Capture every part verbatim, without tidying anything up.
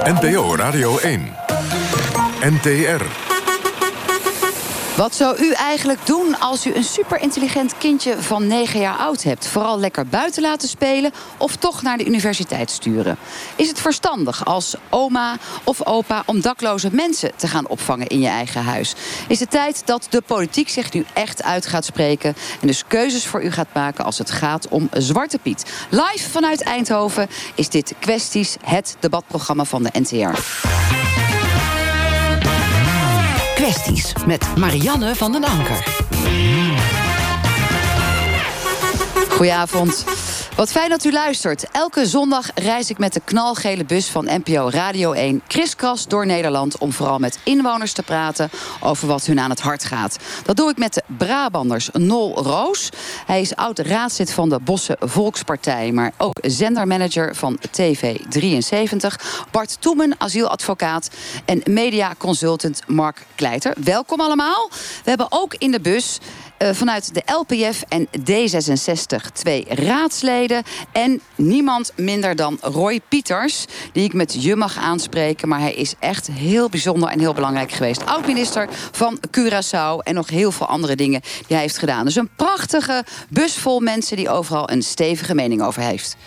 N P O Radio één. N T R. Wat zou u eigenlijk doen als u een superintelligent kindje van negen jaar oud hebt? Vooral lekker buiten laten spelen of toch naar de universiteit sturen? Is het verstandig als oma of opa om dakloze mensen te gaan opvangen in je eigen huis? Is het tijd dat de politiek zich nu echt uit gaat spreken en dus keuzes voor u gaat maken als het gaat om Zwarte Piet? Live vanuit Eindhoven is dit Kwesties, het debatprogramma van de N T R. Kwesties met Marianne van den Anker. Goedenavond. Wat fijn dat u luistert. Elke zondag reis ik met de knalgele bus van N P O Radio één... kriskras door Nederland om vooral met inwoners te praten over wat hun aan het hart gaat. Dat doe ik met de Brabanders Nol Roos. Hij is oud-raadslid van de Bosse Volkspartij, maar ook zendermanager van T V drieënzeventig. Bart Toemen, asieladvocaat, en mediaconsultant Mark Kleiter. Welkom allemaal. We hebben ook in de bus Uh, vanuit de L P F en D zesenzestig twee raadsleden. En niemand minder dan Roy Pieters, die ik met je mag aanspreken. Maar hij is echt heel bijzonder en heel belangrijk geweest. Oud-minister van Curaçao en nog heel veel andere dingen die hij heeft gedaan. Dus een prachtige bus vol mensen die overal een stevige mening over heeft.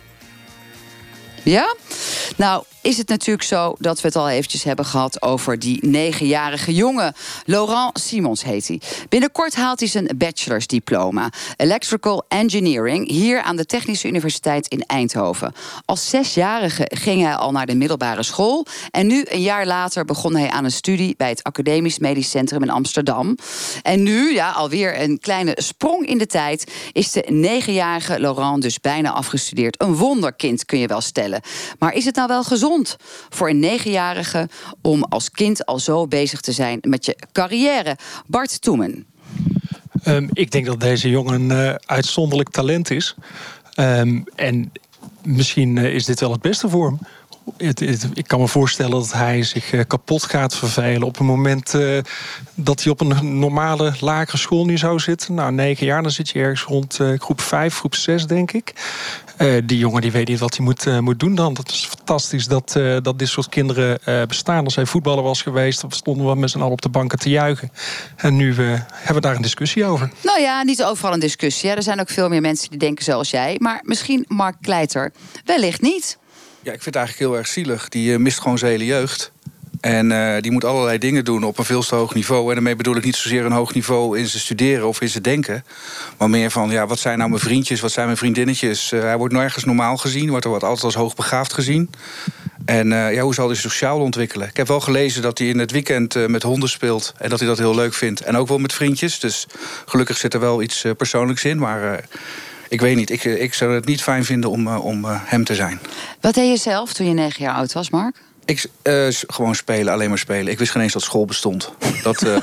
Ja? Nou, is het natuurlijk zo dat we het al eventjes hebben gehad over die negenjarige jongen. Laurent Simons heet hij. Binnenkort haalt hij zijn bachelorsdiploma Electrical Engineering hier aan de Technische Universiteit in Eindhoven. Als zesjarige ging hij al naar de middelbare school. En nu, een jaar later, begon hij aan een studie bij het Academisch Medisch Centrum in Amsterdam. En nu, ja, alweer een kleine sprong in de tijd, is de negenjarige Laurent dus bijna afgestudeerd. Een wonderkind, kun je wel stellen. Maar is het nou wel gezond voor een negenjarige om als kind al zo bezig te zijn met je carrière? Bart Toemen. Um, ik denk dat deze jongen een uh, uitzonderlijk talent is. Um, en misschien uh, is dit wel het beste voor hem. Het, het, ik kan me voorstellen dat hij zich uh, kapot gaat vervelen op het moment uh, dat hij op een normale lagere school nu zou zitten. Nou, negen jaar, dan zit je ergens rond uh, groep vijf, groep zes, denk ik. Uh, die jongen die weet niet wat hij moet, uh, moet doen dan. Dat is fantastisch dat, uh, dat dit soort kinderen uh, bestaan. Als hij voetballer was geweest, dan stonden we met z'n allen op de banken te juichen. En nu uh, hebben we daar een discussie over. Nou ja, niet overal een discussie. Hè. Er zijn ook veel meer mensen die denken zoals jij. Maar misschien Mark Kleiter wellicht niet. Ja, ik vind het eigenlijk heel erg zielig. Die uh, mist gewoon zijn hele jeugd. En uh, die moet allerlei dingen doen op een veel te hoog niveau. En daarmee bedoel ik niet zozeer een hoog niveau in zijn studeren of in zijn denken. Maar meer van, ja, wat zijn nou mijn vriendjes, wat zijn mijn vriendinnetjes? Uh, hij wordt nergens normaal gezien, wordt er wordt altijd als hoogbegaafd gezien. En uh, ja, hoe zal hij sociaal ontwikkelen? Ik heb wel gelezen dat hij in het weekend uh, met honden speelt. En dat hij dat heel leuk vindt. En ook wel met vriendjes. Dus gelukkig zit er wel iets uh, persoonlijks in. Maar uh, ik weet niet, ik, uh, ik zou het niet fijn vinden om, uh, om uh, hem te zijn. Wat deed je zelf toen je negen jaar oud was, Mark? Ik, uh, gewoon spelen, alleen maar spelen. Ik wist geen eens dat school bestond. Dat, uh...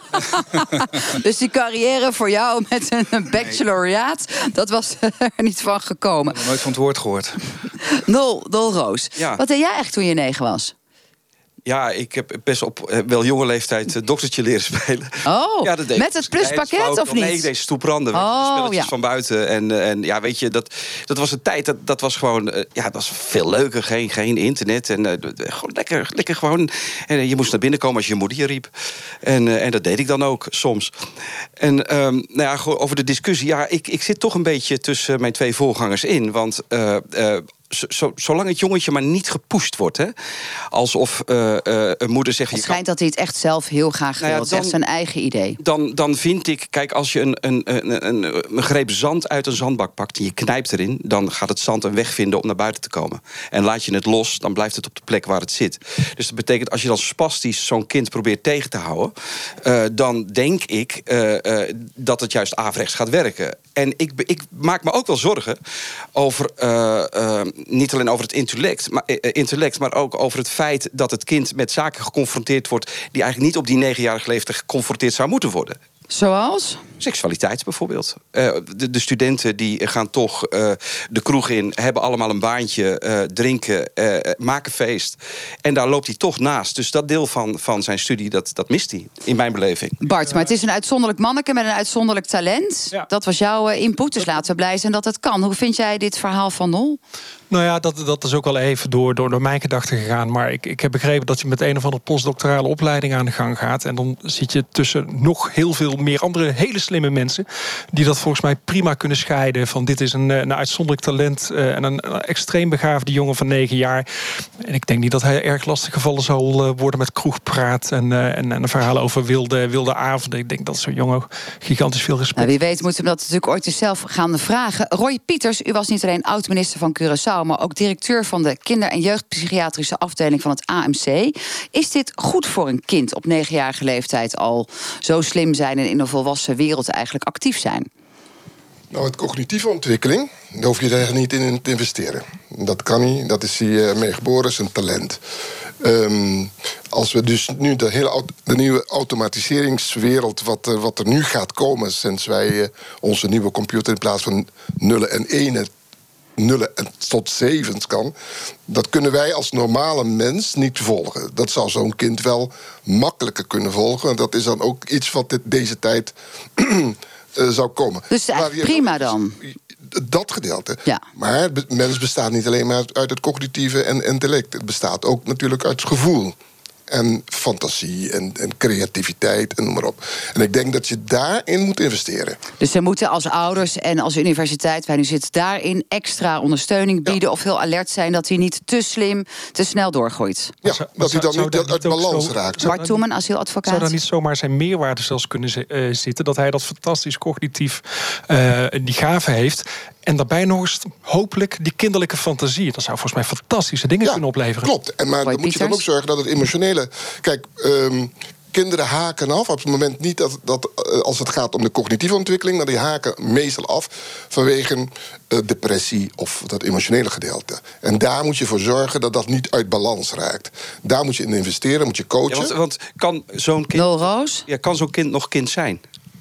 Dus die carrière voor jou met een bacheloriaat, nee, dat was er niet van gekomen. Ik heb nooit van het woord gehoord. Nol, Nol Roos. Ja. Wat deed jij echt toen je negen was? Ja, ik heb best op wel jonge leeftijd uh, doktertje leren spelen. Oh, ja, dat deed met het pluspakket nee, of niet? Nee, ik deed stoepranden. Oh, spelletjes ja. van buiten. En, uh, en ja, weet je, dat, dat was een tijd, dat, dat was gewoon, uh, ja, dat was veel leuker. Geen, geen internet. En uh, gewoon lekker, lekker gewoon. En uh, je moest naar binnen komen als je moeder je riep. En, uh, en dat deed ik dan ook, soms. En um, nou ja, over de discussie. Ja, ik, ik zit toch een beetje tussen mijn twee voorgangers in. Want Uh, uh, Zo, zolang het jongetje maar niet gepusht wordt. Hè? Alsof uh, uh, een moeder zegt... Het schijnt dat hij het echt zelf heel graag wil. Nou ja, het is echt zijn eigen idee. Dan, dan vind ik, kijk, als je een, een, een, een, een greep zand uit een zandbak pakt en je knijpt erin, dan gaat het zand een weg vinden om naar buiten te komen. En laat je het los, dan blijft het op de plek waar het zit. Dus dat betekent, als je dan spastisch zo'n kind probeert tegen te houden, uh, dan denk ik uh, uh, dat het juist averechts gaat werken. En ik, ik maak me ook wel zorgen over Uh, uh, niet alleen over het intellect maar, uh, intellect, maar ook over het feit dat het kind met zaken geconfronteerd wordt die eigenlijk niet op die negenjarige leeftijd geconfronteerd zou moeten worden. Zoals? Seksualiteit bijvoorbeeld. Uh, de, de studenten die gaan toch uh, de kroeg in, hebben allemaal een baantje, uh, drinken, uh, maken feest. En daar loopt hij toch naast. Dus dat deel van, van zijn studie, dat, dat mist hij, in mijn beleving. Bart, maar het is een uitzonderlijk manneke met een uitzonderlijk talent. Ja. Dat was jouw uh, input, dus laten we blij zijn dat het kan. Hoe vind jij dit verhaal van Nol? Nou ja, dat, dat is ook wel even door, door, door mijn gedachten gegaan. Maar ik, ik heb begrepen dat je met een of andere postdoctorale opleiding aan de gang gaat. En dan zit je tussen nog heel veel meer andere hele slimme mensen die dat volgens mij prima kunnen scheiden. Van dit is een, een uitzonderlijk talent uh, en een extreem begaafde jongen van negen jaar. En ik denk niet dat hij erg lastig gevallen zal uh, worden met kroegpraat en, uh, en, en een verhaal over wilde, wilde avonden. Ik denk dat zo'n jongen gigantisch veel respect. Nou, wie weet moeten we dat natuurlijk ooit eens zelf gaan vragen. Roy Pieters, u was niet alleen oud-minister van Curaçao, maar ook directeur van de kinder- en jeugdpsychiatrische afdeling van het A M C. Is dit goed voor een kind op negenjarige leeftijd al zo slim zijn en in een volwassen wereld eigenlijk actief zijn? Nou, het cognitieve ontwikkeling, daar hoef je er niet in te investeren. Dat kan niet, dat is hij mee geboren, is een talent. Um, als we dus nu de hele de nieuwe automatiseringswereld, wat er, wat er nu gaat komen sinds wij uh, onze nieuwe computer in plaats van nullen en enen nullen en tot zevens kan, dat kunnen wij als normale mens niet volgen. Dat zou zo'n kind wel makkelijker kunnen volgen. En dat is dan ook iets wat dit, deze tijd uh, zou komen. Dus eigenlijk prima dan? Dat gedeelte. Ja. Maar het mens bestaat niet alleen maar uit het cognitieve en intellect. Het bestaat ook natuurlijk uit gevoel. En fantasie en, en creativiteit en noem maar op. En ik denk dat je daarin moet investeren. Dus we moeten als ouders en als universiteit, waar nu zit, daarin extra ondersteuning bieden, ja, of heel alert zijn dat hij niet te slim, te snel doorgooit. Ja, maar dat hij dan niet uit, uit balans zo, raakt. Bart Toeman, asieladvocaat. Zou daar niet zomaar zijn meerwaarde zelfs kunnen uh, zitten, dat hij dat fantastisch cognitief uh, die gave heeft, en daarbij nog eens hopelijk die kinderlijke fantasie. Dat zou volgens mij fantastische dingen, ja, kunnen opleveren. Klopt. En maar dan moet je dan ook zorgen dat het emotionele. Kijk, um, kinderen haken af op het moment niet dat, dat uh, als het gaat om de cognitieve ontwikkeling, dan die haken meestal af vanwege uh, depressie of dat emotionele gedeelte. En daar moet je voor zorgen dat dat niet uit balans raakt. Daar moet je in investeren, moet je coachen. Ja, want, want kan zo'n kind, Nol Roos? Ja, kan zo'n kind nog kind zijn?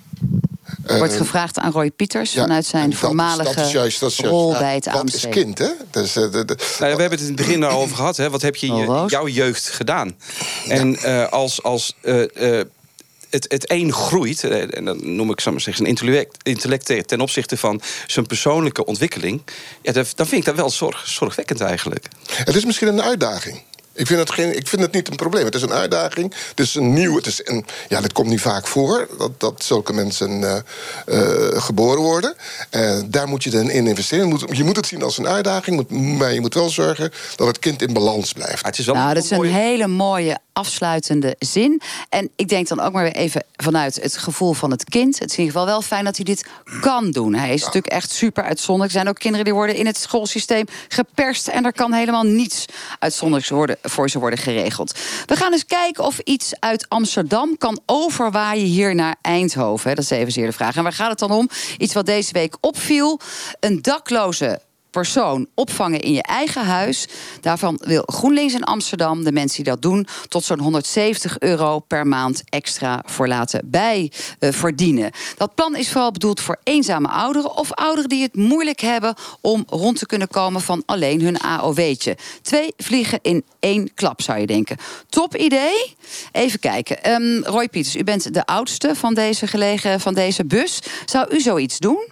Er wordt gevraagd aan Roy Pieters, ja, vanuit zijn dat, voormalige dat is juist, dat is juist, rol bij het A M C. Wat is kind, hè? Dus, uh, de, de, nou ja, we hebben het in het begin daarover gehad. Hè? Wat heb je in je, jouw jeugd gedaan? En uh, als, als uh, uh, het, het een groeit, uh, en dan noem ik zo maar zeggen, zijn intellect, intellect ten opzichte van zijn persoonlijke ontwikkeling, ja, dan vind ik dat wel zorg, zorgwekkend eigenlijk. Het is misschien een uitdaging. Ik vind, het geen, ik vind het niet een probleem. Het is een uitdaging. Het is een nieuw. Het is een, ja, dit komt niet vaak voor. Dat, dat zulke mensen uh, uh, geboren worden. Uh, daar moet je dan in investeren. Je moet, je moet het zien als een uitdaging. Moet, maar je moet wel zorgen dat het kind in balans blijft. Het is wel nou, een dat is een mooie... hele mooie afsluitende zin. En ik denk dan ook maar weer even vanuit het gevoel van het kind. Het is in ieder geval wel fijn dat hij dit kan doen. Hij is ja. natuurlijk echt super uitzonderlijk. Er zijn ook kinderen die worden in het schoolsysteem geperst, en er kan helemaal niets uitzonderlijks worden, voor ze worden geregeld. We gaan eens kijken of iets uit Amsterdam kan overwaaien hier naar Eindhoven. Dat is evenzeer de vraag. En waar gaat het dan om? Iets wat deze week opviel. Een dakloze persoon opvangen in je eigen huis. Daarvan wil GroenLinks in Amsterdam, de mensen die dat doen, tot zo'n honderdzeventig euro per maand extra voor laten bij uh, verdienen. Dat plan is vooral bedoeld voor eenzame ouderen of ouderen die het moeilijk hebben om rond te kunnen komen van alleen hun A O W'tje. Twee vliegen in één klap, zou je denken. Top idee? Even kijken. Um, Roy Pieters, u bent de oudste van deze gelegen, van deze bus. Zou u zoiets doen?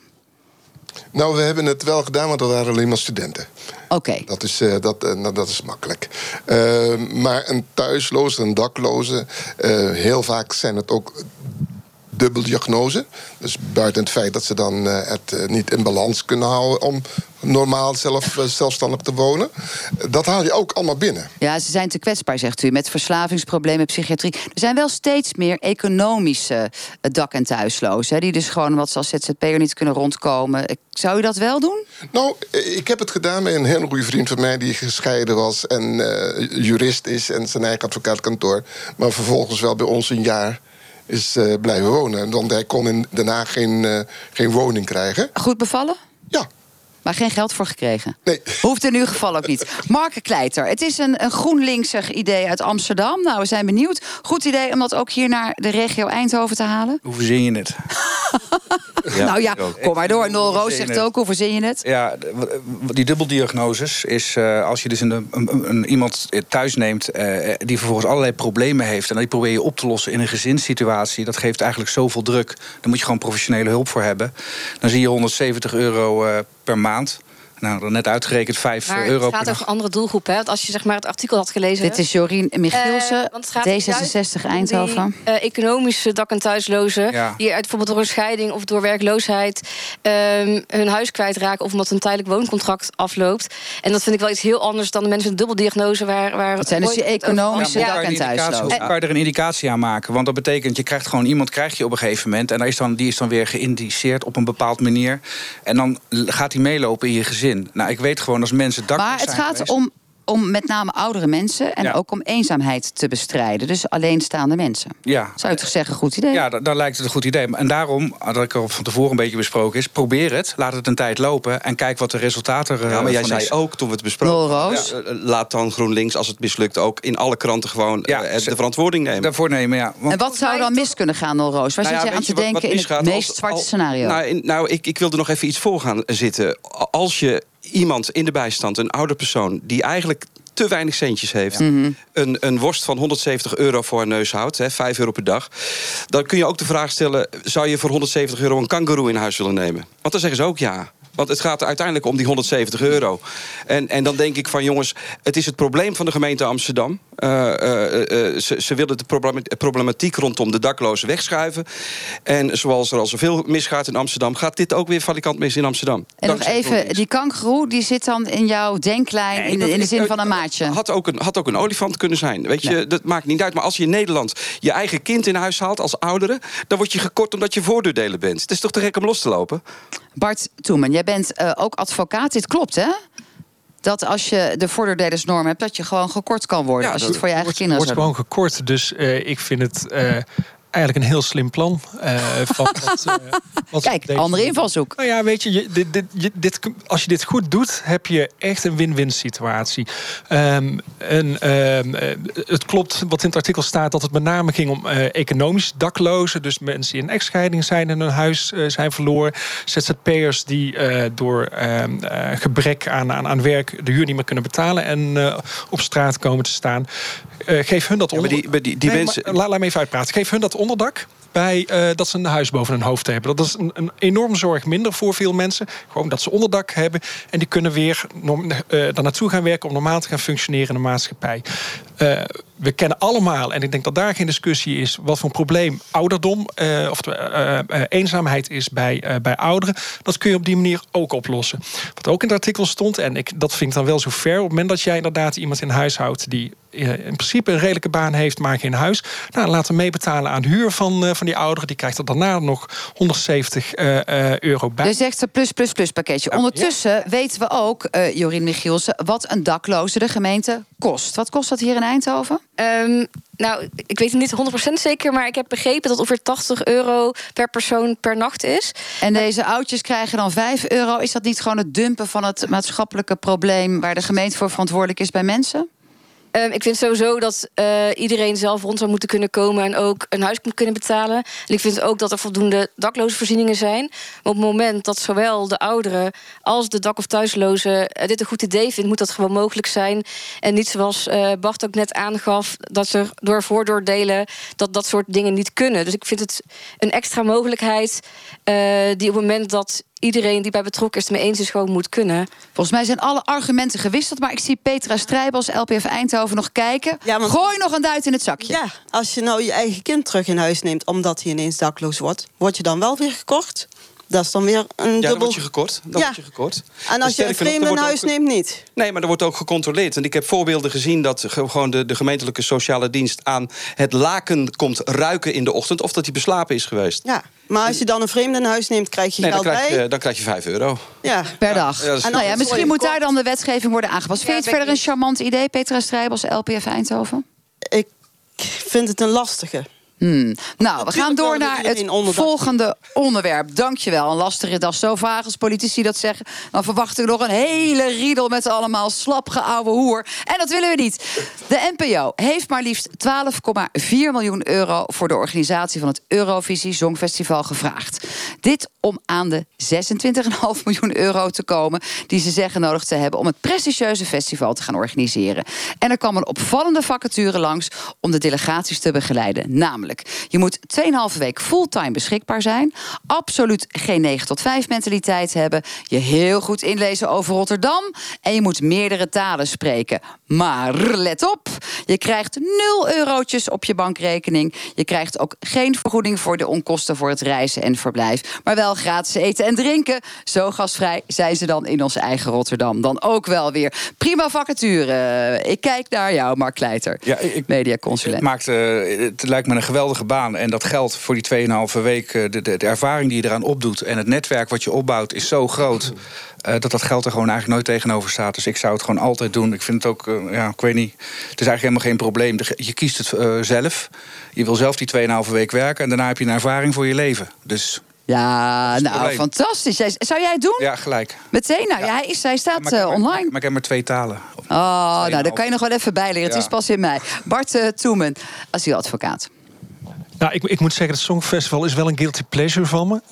Nou, we hebben het wel gedaan, maar dat waren alleen maar studenten. Oké. Okay. Dat is, uh, dat, uh, nou, dat is makkelijk. Uh, maar een thuisloze, een dakloze, uh, heel vaak zijn het ook dubbeldiagnose. Dus buiten het feit dat ze dan uh, het uh, niet in balans kunnen houden om normaal zelf, uh, zelfstandig te wonen. Dat haal je ook allemaal binnen. Ja, ze zijn te kwetsbaar, zegt u, met verslavingsproblemen, psychiatrie. Er zijn wel steeds meer economische dak- en thuislozen, hè, die dus gewoon wat als Z Z P'er niet kunnen rondkomen. Zou u dat wel doen? Nou, ik heb het gedaan met een hele goede vriend van mij die gescheiden was en uh, jurist is en zijn eigen advocaatkantoor, maar vervolgens wel bij ons een jaar is uh, blijven wonen. Want hij kon in Den Haag geen, uh, geen woning krijgen. Goed bevallen? Ja. Maar geen geld voor gekregen? Nee. Hoeft in uw geval ook niet. Marke Kleiter, het is een, een GroenLinksig idee uit Amsterdam. Nou, we zijn benieuwd. Goed idee om dat ook hier naar de regio Eindhoven te halen? Hoe verzin je het? Ja, nou ja, ik ook. kom maar door. Nol Roos Hoe zegt verzin je ook, hoe verzin je het? Ja, die dubbeldiagnoses is uh, als je dus een, een, een, iemand thuis neemt uh, die vervolgens allerlei problemen heeft en die probeer je op te lossen in een gezinssituatie. Dat geeft eigenlijk zoveel druk. Daar moet je gewoon professionele hulp voor hebben. Dan zie je honderdzeventig euro uh, per maand. Nou, net uitgerekend vijf maar euro per het gaat dag. over een andere doelgroep, hè? Want als je zeg maar, het artikel had gelezen... Dit is Jorien Michielsen, uh, D zesenzestig Eindhoven. Die, uh, economische dak- en thuislozen... Ja. die uit, bijvoorbeeld door een scheiding of door werkloosheid... Um, hun huis kwijtraken of omdat een tijdelijk wooncontract afloopt. En dat vind ik wel iets heel anders dan de mensen met een dubbeldiagnose... waar, waar het zijn dus die economische Ja, dak- en thuislozen. Hoe kan je er een indicatie aan maken? Want dat betekent, je krijgt gewoon iemand krijg je op een gegeven moment... en daar is dan, die is dan weer geïndiceerd op een bepaald manier. En dan gaat hij meelopen in je gezin. Nou, ik weet gewoon als mensen dakloos Maar het zijn gaat geweest, om, om met name oudere mensen... en Ja. ook om eenzaamheid te bestrijden. Dus alleenstaande mensen. Ja. Zou je toch zeggen, goed idee? Ja, daar, daar lijkt het een goed idee. En daarom, dat ik al van tevoren een beetje besproken is... probeer het, laat het een tijd lopen... en kijk wat de resultaten er Ja, maar jij van zei is. ook, toen we het besproken Nol hadden... Roos. ja, uh, laat dan GroenLinks, als het mislukt, ook in alle kranten... gewoon Ja, uh, de verantwoording nemen. Daarvoor nemen, ja. Want En wat zou dan mis kunnen gaan, Nol Roos? Waar Nou ja, zit jij aan weet te je wat- denken wat in het misgaat meest als- zwarte al- scenario? Nou, in- nou ik, ik wil er nog even iets voor gaan zitten. Als je iemand in de bijstand, een oude persoon... die eigenlijk te weinig centjes heeft... Mhm. een, een worst van honderdzeventig euro voor haar neus houdt... Hè, vijf euro per dag... dan kun je ook de vraag stellen... zou je voor honderdzeventig euro een kangoeroe in huis willen nemen? Want dan zeggen ze ook ja. Want het gaat uiteindelijk om die honderdzeventig euro. En, en dan denk ik van jongens, het is het probleem van de gemeente Amsterdam. Uh, uh, uh, ze, ze willen de problematiek rondom de daklozen wegschuiven. En zoals er al zoveel misgaat in Amsterdam... gaat dit ook weer valikant mis in Amsterdam. En nog Dankzij even, GroenLinks. die kangoeroe die zit dan in jouw denklijn... Nee, in, de, dat in de is- zin van een maatje. Had ook een, had ook een olifant kunnen zijn. Weet je, Nee. dat maakt niet uit. Maar als je in Nederland je eigen kind in huis haalt als oudere... dan word je gekort omdat je voordeurdelen bent. Het is toch te gek om los te lopen? Bart Toemen, jij bent uh, ook advocaat. Dit klopt, hè? Dat als je de voordeurdelersnorm hebt... dat je gewoon gekort kan worden Ja, als je dat het voor je eigen kinderen wordt zou gewoon gekort. Dus uh, ik vind het uh, eigenlijk een heel slim plan. Uh, van wat, uh, wat Kijk, deze- andere invalshoek. Nou ja, weet je, je dit, dit, je, dit, als je dit goed doet, heb je echt een win-win situatie. Um, en, um, uh, het klopt wat in het artikel staat dat het met name ging om uh, economisch daklozen. Dus mensen die in echtscheiding zijn en hun huis uh, zijn verloren. Z Z P'ers die uh, door uh, uh, gebrek aan, aan, aan werk de huur niet meer kunnen betalen en uh, op straat komen te staan. Uh, geef hun dat Ja, maar onder... die- maar die- die Nee, mensen- maar laat, laat me even uitpraten. Geef hun dat onderdak bij uh, dat ze een huis boven hun hoofd hebben. Dat is een, een enorme zorg minder voor veel mensen. Gewoon dat ze onderdak hebben en die kunnen weer norm, uh, daar naartoe gaan werken om normaal te gaan functioneren in de maatschappij. Uh, we kennen allemaal, en ik denk dat daar geen discussie is, wat voor een probleem ouderdom uh, of uh, uh, uh, eenzaamheid is bij, uh, bij ouderen. Dat kun je op die manier ook oplossen. Wat ook in het artikel stond, en ik, dat vind ik dan wel zo fair, op het moment dat jij inderdaad iemand in huis houdt die uh, in principe een redelijke baan heeft, maar geen huis, nou, laat hem meebetalen aan de huur van, uh, van die ouderen. Die krijgt er daarna nog honderdzeventig uh, uh, euro bij. Dus zegt een plus, plus, plus pakketje. Ondertussen weten we ook, uh, Jorien Michielsen, wat een dakloze de gemeente kost. Wat kost dat hier in Eindhoven? Um, nou, ik weet het niet honderd procent zeker... maar ik heb begrepen dat ongeveer tachtig euro per persoon per nacht is. En deze oudjes krijgen dan vijf euro. Is dat niet gewoon het dumpen van het maatschappelijke probleem waar de gemeente voor verantwoordelijk is bij mensen? Um, ik vind sowieso dat uh, iedereen zelf rond zou moeten kunnen komen... en ook een huis moet kunnen betalen. En ik vind ook dat er voldoende daklozenvoorzieningen zijn. Maar op het moment dat zowel de ouderen als de dak- of thuislozen... Uh, dit een goed idee vindt, moet dat gewoon mogelijk zijn. En niet zoals uh, Bart ook net aangaf... dat ze door voordoordelen dat dat soort dingen niet kunnen. Dus ik vind het een extra mogelijkheid... Uh, die op het moment dat... iedereen die bij betrokken is het mee eens is, gewoon moet kunnen. Volgens mij zijn alle argumenten gewisseld. Maar ik zie Petra Strijbels, L P F Eindhoven, nog kijken. Ja, want- Gooi nog een duit in het zakje. Ja, als je nou je eigen kind terug in huis neemt omdat hij ineens dakloos wordt, word je dan wel weer gekort? Dat is dan weer een Ja, dubbel... dan word je gekort. Dan Ja. word je gekort. En als je een sterker nog, vreemde er in wordt huis ook- neemt, niet. Nee, maar er wordt ook gecontroleerd. En ik heb voorbeelden gezien dat ge- gewoon de, de gemeentelijke sociale dienst aan het laken komt ruiken in de ochtend, of dat hij beslapen is geweest. Ja, maar als je dan een vreemde in huis neemt, krijg je Nee, dan geld krijg, bij. je, dan krijg je vijf euro. Ja. Per dag. Ja, dat is- nou ja, En dan misschien word moet je daar dan de wetgeving worden aangepast. Vind je het weet verder een ik charmant idee, Petra Strijbels, L P F Eindhoven? Ik vind het een lastige. Hmm. Nou, we gaan door wel naar iedereen het onderdak. volgende onderwerp. Dankjewel. Een lastige dag zo vaag als politici dat zeggen. Dan verwacht ik nog een hele riedel met allemaal slapgeouwe hoer. En dat willen we niet. De N P O heeft maar liefst twaalf komma vier miljoen euro... voor de organisatie van het Eurovisie Songfestival gevraagd. Dit om aan de zesentwintig komma vijf miljoen euro te komen... die ze zeggen nodig te hebben om het prestigieuze festival te gaan organiseren. En er kwam een opvallende vacature langs om de delegaties te begeleiden. Namelijk, je moet twee en een halve week fulltime beschikbaar zijn... absoluut geen negen tot vijf mentaliteit hebben... je heel goed inlezen over Rotterdam... en je moet meerdere talen spreken. Maar let op, je krijgt nul eurotjes op je bankrekening. Je krijgt ook geen vergoeding voor de onkosten voor het reizen en verblijf... maar wel gratis eten en drinken. Zo gastvrij zijn ze dan in ons eigen Rotterdam. Dan ook wel weer. Prima vacature. Ik kijk naar jou, Mark Kleiter, Ja, ik, mediaconsulent. Het, maakt, uh, het lijkt me een geweldige baan. En dat geldt voor die twee en een halve week. Uh, de, de, de ervaring die je eraan opdoet en het netwerk wat je opbouwt is zo groot... Uh, dat dat geld er gewoon eigenlijk nooit tegenover staat. Dus ik zou het gewoon altijd doen. Ik vind het ook, uh, ja, ik weet niet... Het is eigenlijk helemaal geen probleem. De, je kiest het uh, zelf. Je wil zelf die twee en een halve week werken... en daarna heb je een ervaring voor je leven. Dus... Ja, nou, probleem. Fantastisch. Zou jij het doen? Ja, ja, Meteen? Nou, ja. ja, hij, is, hij staat maar, maar, uh, online. Maar ik heb maar twee talen. Oh, nou, daar kan je nog wel even bij leren. Ja. Het is pas in mei. Bart uh, Toemen, asieladvocaat. Nou, ik, ik moet zeggen, het Songfestival is wel een guilty pleasure van me.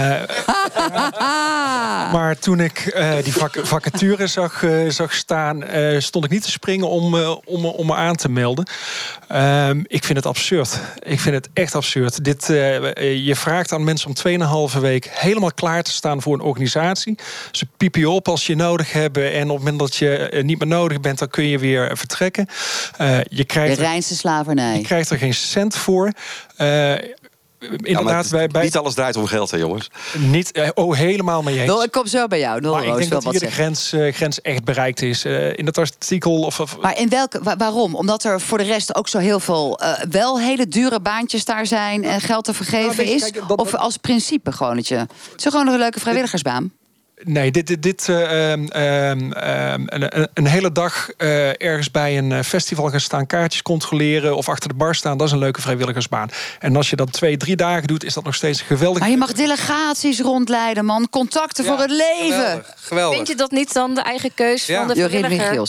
Uh, maar toen ik uh, die vac vacature zag, uh, zag staan... Uh, stond ik niet te springen om, uh, om, om me aan te melden. Uh, ik vind het absurd. Ik vind het echt absurd. Dit, uh, je vraagt aan mensen om twee en een halve week... helemaal klaar te staan voor een organisatie. Ze piepen je op als je nodig hebben... en op het moment dat je uh, niet meer nodig bent... dan kun je weer vertrekken. Uh, je krijgt de Rijnse slavernij. Je krijgt er geen cent voor... Uh, inderdaad, ja, bij, bij... Niet alles draait om geld, hè, jongens? Niet, uh, oh, helemaal mee eens. Nol, ik kom zo bij jou. Nol, maar ik denk dat hier de grens, uh, grens echt bereikt is. Uh, in dat artikel... Of, of... Maar in welke, wa waarom? Omdat er voor de rest ook zo heel veel... Uh, wel hele dure baantjes daar zijn... en geld te vergeven nou, is? Kijk, dat, of als principe gewoon dat je... Het is gewoon een leuke vrijwilligersbaan. Nee, dit, dit, dit uh, um, um, een, een hele dag uh, ergens bij een festival gaan staan... kaartjes controleren of achter de bar staan... dat is een leuke vrijwilligersbaan. En als je dat twee, drie dagen doet, is dat nog steeds geweldig. Maar je mag delegaties rondleiden, man. Contacten ja, voor het leven. Geweldig, geweldig. Vind je dat niet dan de eigen keus ja. van de vrijwilliger?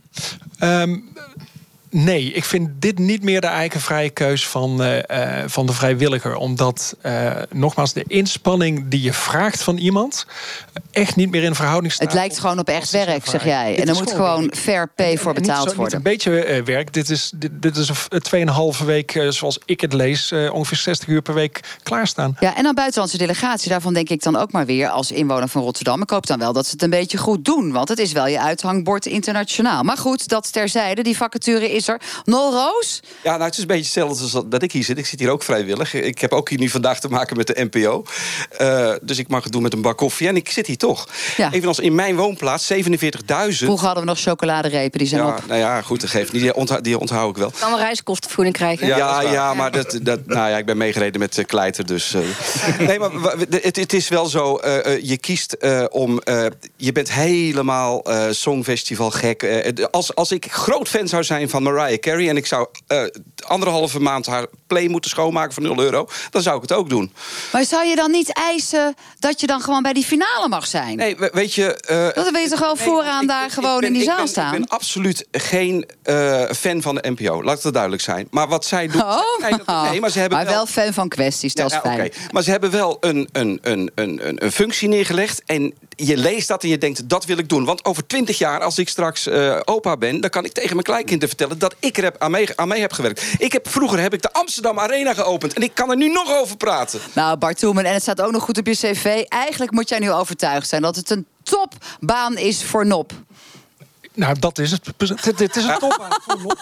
Um, Nee, ik vind dit niet meer de eigen vrije keus van, uh, van de vrijwilliger. Omdat, uh, nogmaals, de inspanning die je vraagt van iemand... echt niet meer in verhouding staat. Het lijkt gewoon op echt werk, zeg jij. En er moet gewoon fair pay voor betaald niet zo, worden. Niet een beetje uh, werk. Dit is, dit, dit is een tweeënhalve week, uh, zoals ik het lees... Uh, ongeveer zestig uur per week klaarstaan. Ja, en dan buitenlandse delegatie. Daarvan denk ik dan ook maar weer als inwoner van Rotterdam. Ik hoop dan wel dat ze het een beetje goed doen. Want het is wel je uithangbord internationaal. Maar goed, dat terzijde. Die vacature is er. Nol Roos? Ja, nou, het is een beetje hetzelfde als dat ik hier zit. Ik zit hier ook vrijwillig. Ik heb ook hier nu vandaag te maken met de N P O. Uh, dus ik mag het doen met een bak koffie. En ik zit hier toch. Ja. Evenals in mijn woonplaats, zevenenveertigduizend. Vroeger hadden we nog chocoladerepen, die zijn ja, op. Nou ja, goed, dat geeft niet. Die, onthoud, die onthoud ik wel. Kan een reiskostenvergoeding krijgen. Ja, ja, ja, maar dat, dat, nou ja, ik ben meegereden met uh, Kleiter. Dus, uh, nee, maar het, het is wel zo. Uh, uh, je kiest uh, om... Uh, je bent helemaal uh, Songfestival gek. Uh, als, als ik groot fan zou zijn van Mariah Carey... en ik zou uh, anderhalve maand haar play moeten schoonmaken voor nul euro... dan zou ik het ook doen. Maar zou je dan niet eisen dat je dan gewoon bij die finale mag zijn? Nee, weet je... Uh, dat wil je toch gewoon nee, vooraan ik, daar ik, gewoon ik ben, in die zaal ben, staan? Ik ben absoluut geen uh, fan van de N P O. Laat het duidelijk zijn. Maar wat zij doen... Oh, nee, dat, nee, maar ze hebben maar wel, wel fan van kwesties, dat ja, is fijn. Okay. Maar ze hebben wel een, een, een, een, een functie neergelegd... en je leest dat en je denkt, dat wil ik doen. Want over twintig jaar, als ik straks uh, opa ben... dan kan ik tegen mijn kleinkinderen vertellen... dat ik er heb aan, mee, aan mee heb gewerkt. Ik heb, vroeger heb ik de Amsterdam Arena geopend... en ik kan er nu nog over praten. Nou, Bart Toemen, en het staat ook nog goed op je cv... eigenlijk moet jij nu overtuigd zijn dat het een topbaan is voor Nop. Nou, dat is het. Dit is een topbaan voor Nop.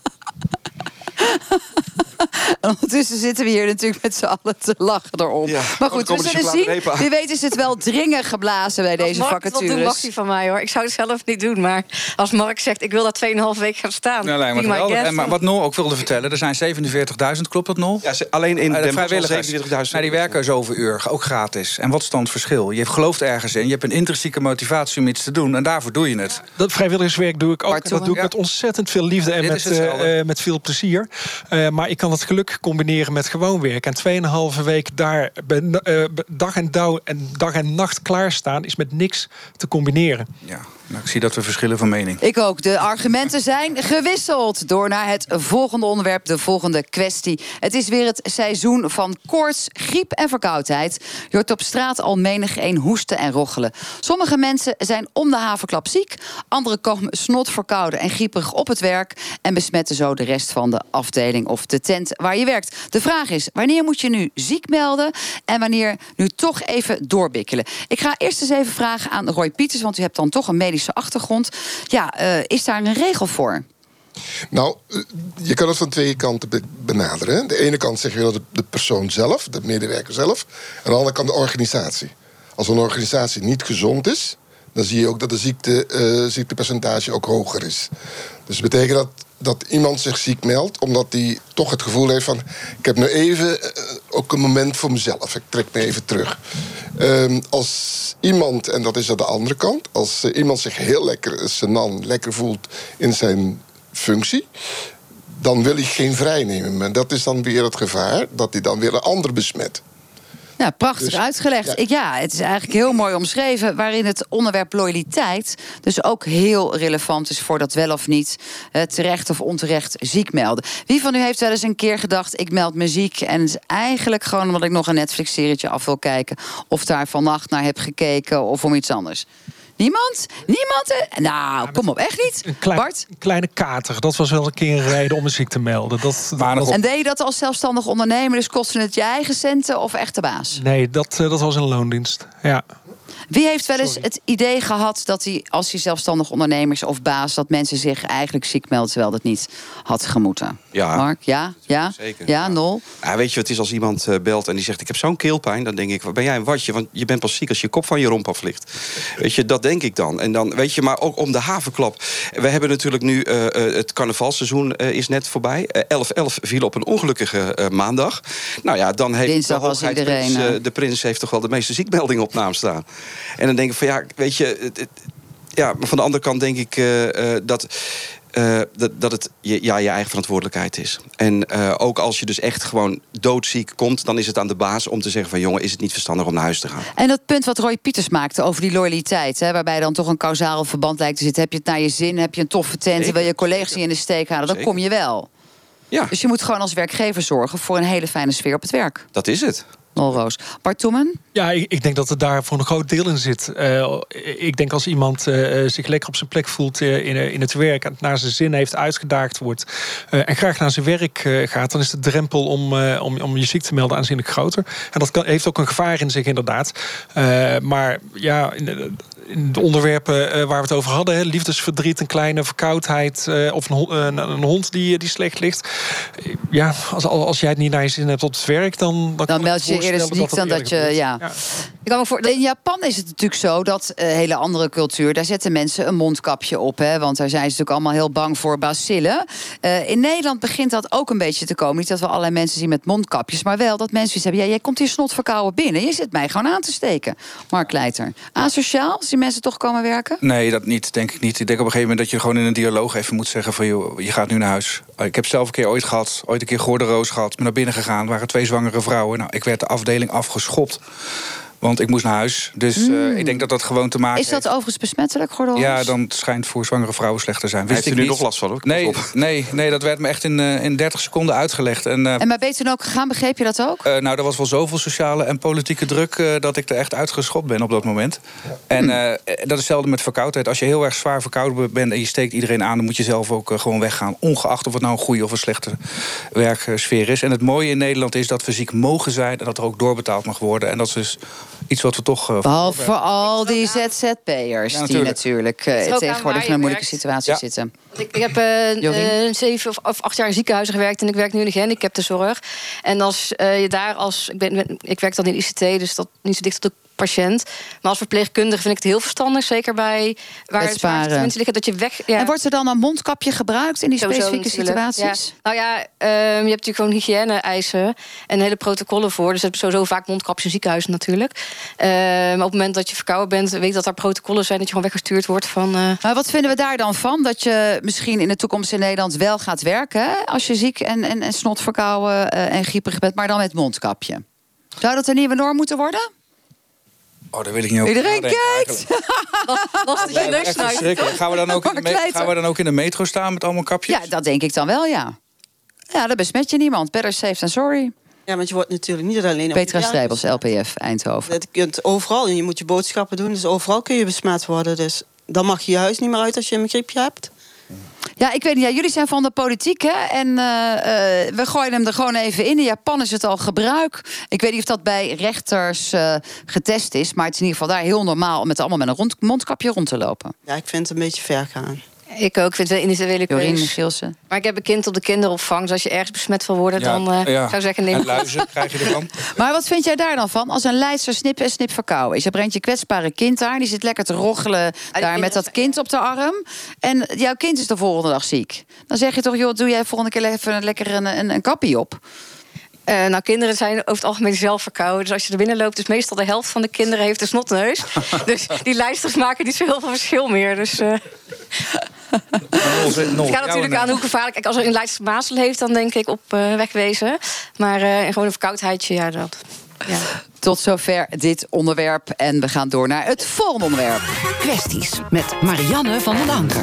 En ondertussen zitten we hier natuurlijk met z'n allen te lachen erom. Ja, maar goed, we zullen zien. Wie weet is het wel dringend geblazen bij deze vacatures. Als Mark dat mag hij van mij, hoor. Ik zou het zelf niet doen, maar als Mark zegt... ik wil daar tweeënhalf week gaan staan. Nou, nee, maar, en, maar wat Nol ook wilde vertellen, er zijn zevenenveertigduizend, klopt dat, Nol? Ja, alleen in uh, de vrijwilligers. zevenenveertigduizend. Nou, die werken zoveel uur, ook gratis. En wat is dan het verschil? Je gelooft ergens in, je hebt een intrinsieke motivatie om iets te doen... en daarvoor doe je het. Dat vrijwilligerswerk doe ik ook. En dat doe ik ja. met ontzettend veel liefde en met, uh, uh, met veel plezier. Uh, maar ik kan het gelukkig gelukkig combineren met gewoon werk. En tweeënhalve week daar uh, dag, en dauw, en dag en nacht klaarstaan is met niks te combineren. Ja, nou, ik zie dat we verschillen van mening. Ik ook. De argumenten zijn gewisseld. Door naar het volgende onderwerp, de volgende kwestie. Het is weer het seizoen van koorts, griep en verkoudheid. Je hoort op straat al menigeen hoesten en rochelen. Sommige mensen zijn om de haverklap ziek. Anderen komen snot, verkouden en grieperig op het werk en besmetten zo de rest van de afdeling of de tent waar je werkt. De vraag is, wanneer moet je nu ziek melden en wanneer nu toch even doorbikkelen? Ik ga eerst eens even vragen aan Roy Pieters, want u hebt dan toch een medische achtergrond. Ja, uh, is daar een regel voor? Nou, je kan het van twee kanten benaderen. De ene kant zeg je dat de persoon zelf, de medewerker zelf, en aan de andere kant de organisatie. Als een organisatie niet gezond is, dan zie je ook dat de ziekte, uh, ziektepercentage ook hoger is. Dus dat betekent dat, dat iemand zich ziek meldt omdat hij toch het gevoel heeft van, ik heb nu even uh, ook een moment voor mezelf. Ik trek me even terug. Um, als iemand, en dat is aan de andere kant, als uh, iemand zich heel lekker, senang, lekker voelt in zijn functie, dan wil hij geen vrijnemen. Maar dat is dan weer het gevaar dat hij dan weer een ander besmet. Ja, prachtig Dus, uitgelegd. ja. Ik, ja, het is eigenlijk heel mooi omschreven, waarin het onderwerp loyaliteit dus ook heel relevant is voor dat wel of niet uh, terecht of onterecht ziek melden. Wie van u heeft wel eens een keer gedacht, ik meld me ziek en het is eigenlijk gewoon omdat ik nog een Netflix-serietje af wil kijken of daar vannacht naar heb gekeken of om iets anders? Niemand? Niemand? Nou, kom op, echt niet? Een, klein, Bart? een kleine kater, dat was wel een keer een reden om me ziek te melden. Dat, dat, En deed je dat als zelfstandig ondernemer? Dus kostte het je eigen centen of echt de baas? Nee, dat, dat was een loondienst, ja. Wie heeft wel eens Sorry. het idee gehad dat hij, als hij zelfstandig ondernemer is of baas, dat mensen zich eigenlijk ziek melden terwijl dat niet had gemoeten? Ja. Mark, ja? Ja? Zeker. Ja, Nol? Ja, weet je, het is als iemand uh, belt en die zegt, ik heb zo'n keelpijn, dan denk ik, wat ben jij een watje? Want je bent pas ziek als je kop van je romp af ligt. Weet je, dat denk ik dan. En dan, weet je, maar ook om de haverklap. We hebben natuurlijk nu, uh, uh, het carnavalseizoen uh, is net voorbij. elf elf viel op een ongelukkige uh, maandag. Nou ja, dan heeft Dinsdag de was iedereen, uh, uh... de prins heeft toch wel de meeste ziekmeldingen op naam staan. En dan denk ik van, ja, weet je, het, het, ja, maar van de andere kant denk ik uh, uh, dat... Uh, dat, dat het je, ja, je eigen verantwoordelijkheid is. En uh, ook als je dus echt gewoon doodziek komt, dan is het aan de baas om te zeggen van, jongen, is het niet verstandig om naar huis te gaan? En dat punt wat Roy Pieters maakte over die loyaliteit, hè, waarbij dan toch een kausaal verband lijkt te zitten. Heb je het naar je zin? Heb je een toffe tent? Zeker. Wil je collega's die in de steek halen? Dan Zeker. kom je wel. Ja, Dus je moet gewoon als werkgever zorgen voor een hele fijne sfeer op het werk. dat is het. Nol Roos. Bart Toemen? Ja, ik, ik denk dat het daar voor een groot deel in zit. Uh, ik denk als iemand uh, zich lekker op zijn plek voelt uh, in, uh, in het werk, en het naar zijn zin heeft, uitgedaagd wordt uh, en graag naar zijn werk uh, gaat, dan is de drempel om, uh, om, om je ziek te melden aanzienlijk groter. En dat kan, heeft ook een gevaar in zich, inderdaad. Uh, maar ja, in de, in de onderwerpen uh, waar we het over hadden, hè, liefdesverdriet, een kleine verkoudheid uh, of een, uh, een hond die, die slecht ligt. Uh, ja, als, als jij het niet naar je zin hebt op het werk, dan dan, Dan meld je je eerder ziek dan dat je... Ja. Ja. Ik kan me voor, In Japan is het natuurlijk zo dat een uh, hele andere cultuur, daar zetten mensen een mondkapje op, hè, want daar zijn ze natuurlijk allemaal heel bang voor bacillen. Uh, in Nederland begint dat ook een beetje te komen. Niet dat we allerlei mensen zien met mondkapjes, maar wel dat mensen iets hebben. Ja, jij komt hier snotverkouden binnen. Je zit mij gewoon aan te steken. Mark Leijter. Asociaal, als die mensen toch komen werken? Nee, dat niet, denk ik niet. Ik denk op een gegeven moment dat je gewoon in een dialoog even moet zeggen van, joh, je gaat nu naar huis. Ik heb zelf een keer ooit gehad, ooit een keer Goorde Roos gehad, ben naar binnen gegaan, waren twee zwangere vrouwen. Nou, ik werd de afdeling afgeschopt. Want ik moest naar huis. Dus mm. uh, ik denk dat dat gewoon te maken Is dat heeft. overigens besmettelijk, Gordel? Ja, dan schijnt voor zwangere vrouwen slecht te zijn. Wist Heeft u ik nu niet. nog last van, hoor? Nee, nee, nee, dat werd me echt in, uh, in dertig seconden uitgelegd. En, uh, En maar ben je toen ook gegaan, begreep je dat ook? uh, nou, er was wel zoveel sociale en politieke druk uh, dat ik er echt uitgeschopt ben op dat moment. Ja. En uh, dat is hetzelfde met verkoudheid. Als je heel erg zwaar verkouden bent en je steekt iedereen aan, dan moet je zelf ook uh, gewoon weggaan. Ongeacht of het nou een goede of een slechte werksfeer is. En het mooie in Nederland is dat we ziek mogen zijn en dat er ook doorbetaald mag worden. En dat is dus iets wat we toch... Uh, Behalve voor al die Z Z P'ers Ja, die natuurlijk uh, tegenwoordig in een moeilijke situatie Ja. zitten. Ik, ik heb uh, uh, zeven of, of acht jaar in ziekenhuizen gewerkt en ik werk nu in de gehandicaptenzorg. En als uh, je daar als... Ik, ben, ik werk dan in I C T, dus dat niet zo dicht op de patiënt. Maar als verpleegkundige vind ik het heel verstandig, zeker bij waar het zwaarste mensen liggen, dat je weg. Ja. En wordt er dan een mondkapje gebruikt in die Sowieso specifieke natuurlijk. situaties? Ja. Nou ja, um, je hebt natuurlijk gewoon hygiëne-eisen en hele protocollen voor. Dus je hebt sowieso vaak mondkapjes in ziekenhuizen natuurlijk. Uh, maar op het moment dat je verkouden bent, weet dat er protocollen zijn dat je gewoon weggestuurd wordt van. Uh... Maar wat vinden we daar dan van? Dat je misschien in de toekomst in Nederland wel gaat werken, hè? Als je ziek en, en, en snot verkouden uh, en grieperig bent, maar dan met mondkapje. Zou dat een nieuwe norm moeten worden? Oh, daar wil ik niet over Iedereen nadenken, kijkt. Lastig je neus snuiten. Gaan we dan ook in de me- gaan we dan ook in de metro staan met allemaal kapjes? Ja, dat denk ik dan wel, ja. Ja, dat besmet je niemand. Better safe than sorry. Ja, want je wordt natuurlijk niet alleen... Petra Strijbels, L P F, Eindhoven. Je kunt overal, en je moet je boodschappen doen, dus overal kun je besmet worden. Dus dan mag je je huis niet meer uit als je een griepje hebt. Ja, ik weet niet. Ja, jullie zijn van de politiek, hè? En uh, uh, we gooien hem er gewoon even in. In Japan is het al gebruik. Ik weet niet of dat bij rechters uh, getest is, maar het is in ieder geval daar heel normaal om met allemaal met een rond, mondkapje rond te lopen. Ja, ik vind het een beetje ver gaan. Ik ook, ik vind het een individuele Jorien keus. Michielsen. Maar ik heb een kind op de kinderopvang, dus als je ergens besmet wil worden, Ja, dan uh, ja. zou ik zeggen neem En luizen krijg je ervan. Maar wat vind jij daar dan van? Als een Leidster snip en snip verkouden is. Je brengt je kwetsbare kind daar. Die zit lekker te roggelen daar met dat kind op de arm. En jouw kind is de volgende dag ziek. Dan zeg je toch, joh, doe jij volgende keer even lekker een, een, een kappie op. Uh, nou, kinderen zijn over het algemeen zelf verkouden. Dus als je er binnen loopt, is meestal de helft van de kinderen heeft een snotneus. Dus die lijsters maken niet zo heel veel verschil meer. Dus, uh... het gaat natuurlijk aan hoe gevaarlijk. Kijk, als er een Leidster mazel heeft, dan denk ik op uh, wegwezen. Maar uh, gewoon een verkoudheidje, ja, dat. Ja. Tot zover dit onderwerp. En we gaan door naar het volgende onderwerp. Kwesties met Marianne van den Anker.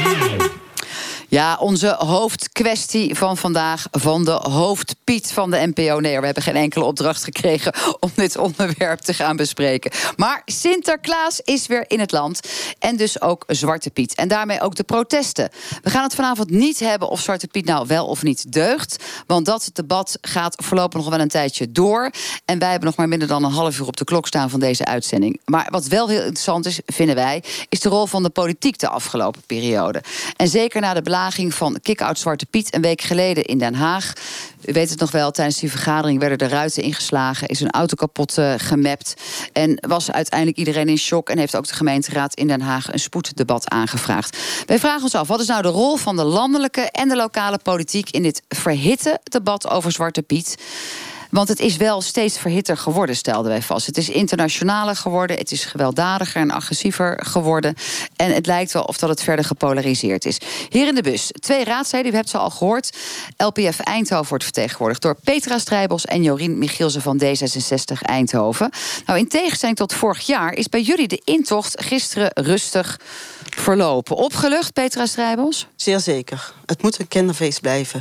Ja, onze hoofdkwestie van vandaag van de hoofdpiet van de N P O. Nee, we hebben geen enkele opdracht gekregen om dit onderwerp te gaan bespreken. Maar Sinterklaas is weer in het land. En dus ook Zwarte Piet. En daarmee ook de protesten. We gaan het vanavond niet hebben of Zwarte Piet nou wel of niet deugt. Want dat debat gaat voorlopig nog wel een tijdje door. En wij hebben nog maar minder dan een half uur op de klok staan van deze uitzending. Maar wat wel heel interessant is, vinden wij, is de rol van de politiek de afgelopen periode. En zeker na de belaging van Kick-Out Zwarte Piet een week geleden in Den Haag. U weet het nog wel, tijdens die vergadering werden de ruiten ingeslagen, is een auto kapot uh, gemapt. En was uiteindelijk iedereen in shock en heeft ook de gemeenteraad in Den Haag een spoeddebat aangevraagd. Wij vragen ons af, wat is nou de rol van de landelijke en de lokale politiek in dit verhitte debat over Zwarte Piet? Want het is wel steeds verhitter geworden, stelden wij vast. Het is internationaler geworden, het is gewelddadiger en agressiever geworden. En het lijkt wel of dat het verder gepolariseerd is. Hier in de bus twee raadsleden, u hebt ze al gehoord. L P F Eindhoven wordt vertegenwoordigd door Petra Strijbels en Jorien Michielsen van D zesenzestig Eindhoven. Nou, in tegenstelling tot vorig jaar is bij jullie de intocht gisteren rustig verlopen. Opgelucht, Petra Strijbels? Zeer zeker. Het moet een kinderfeest blijven.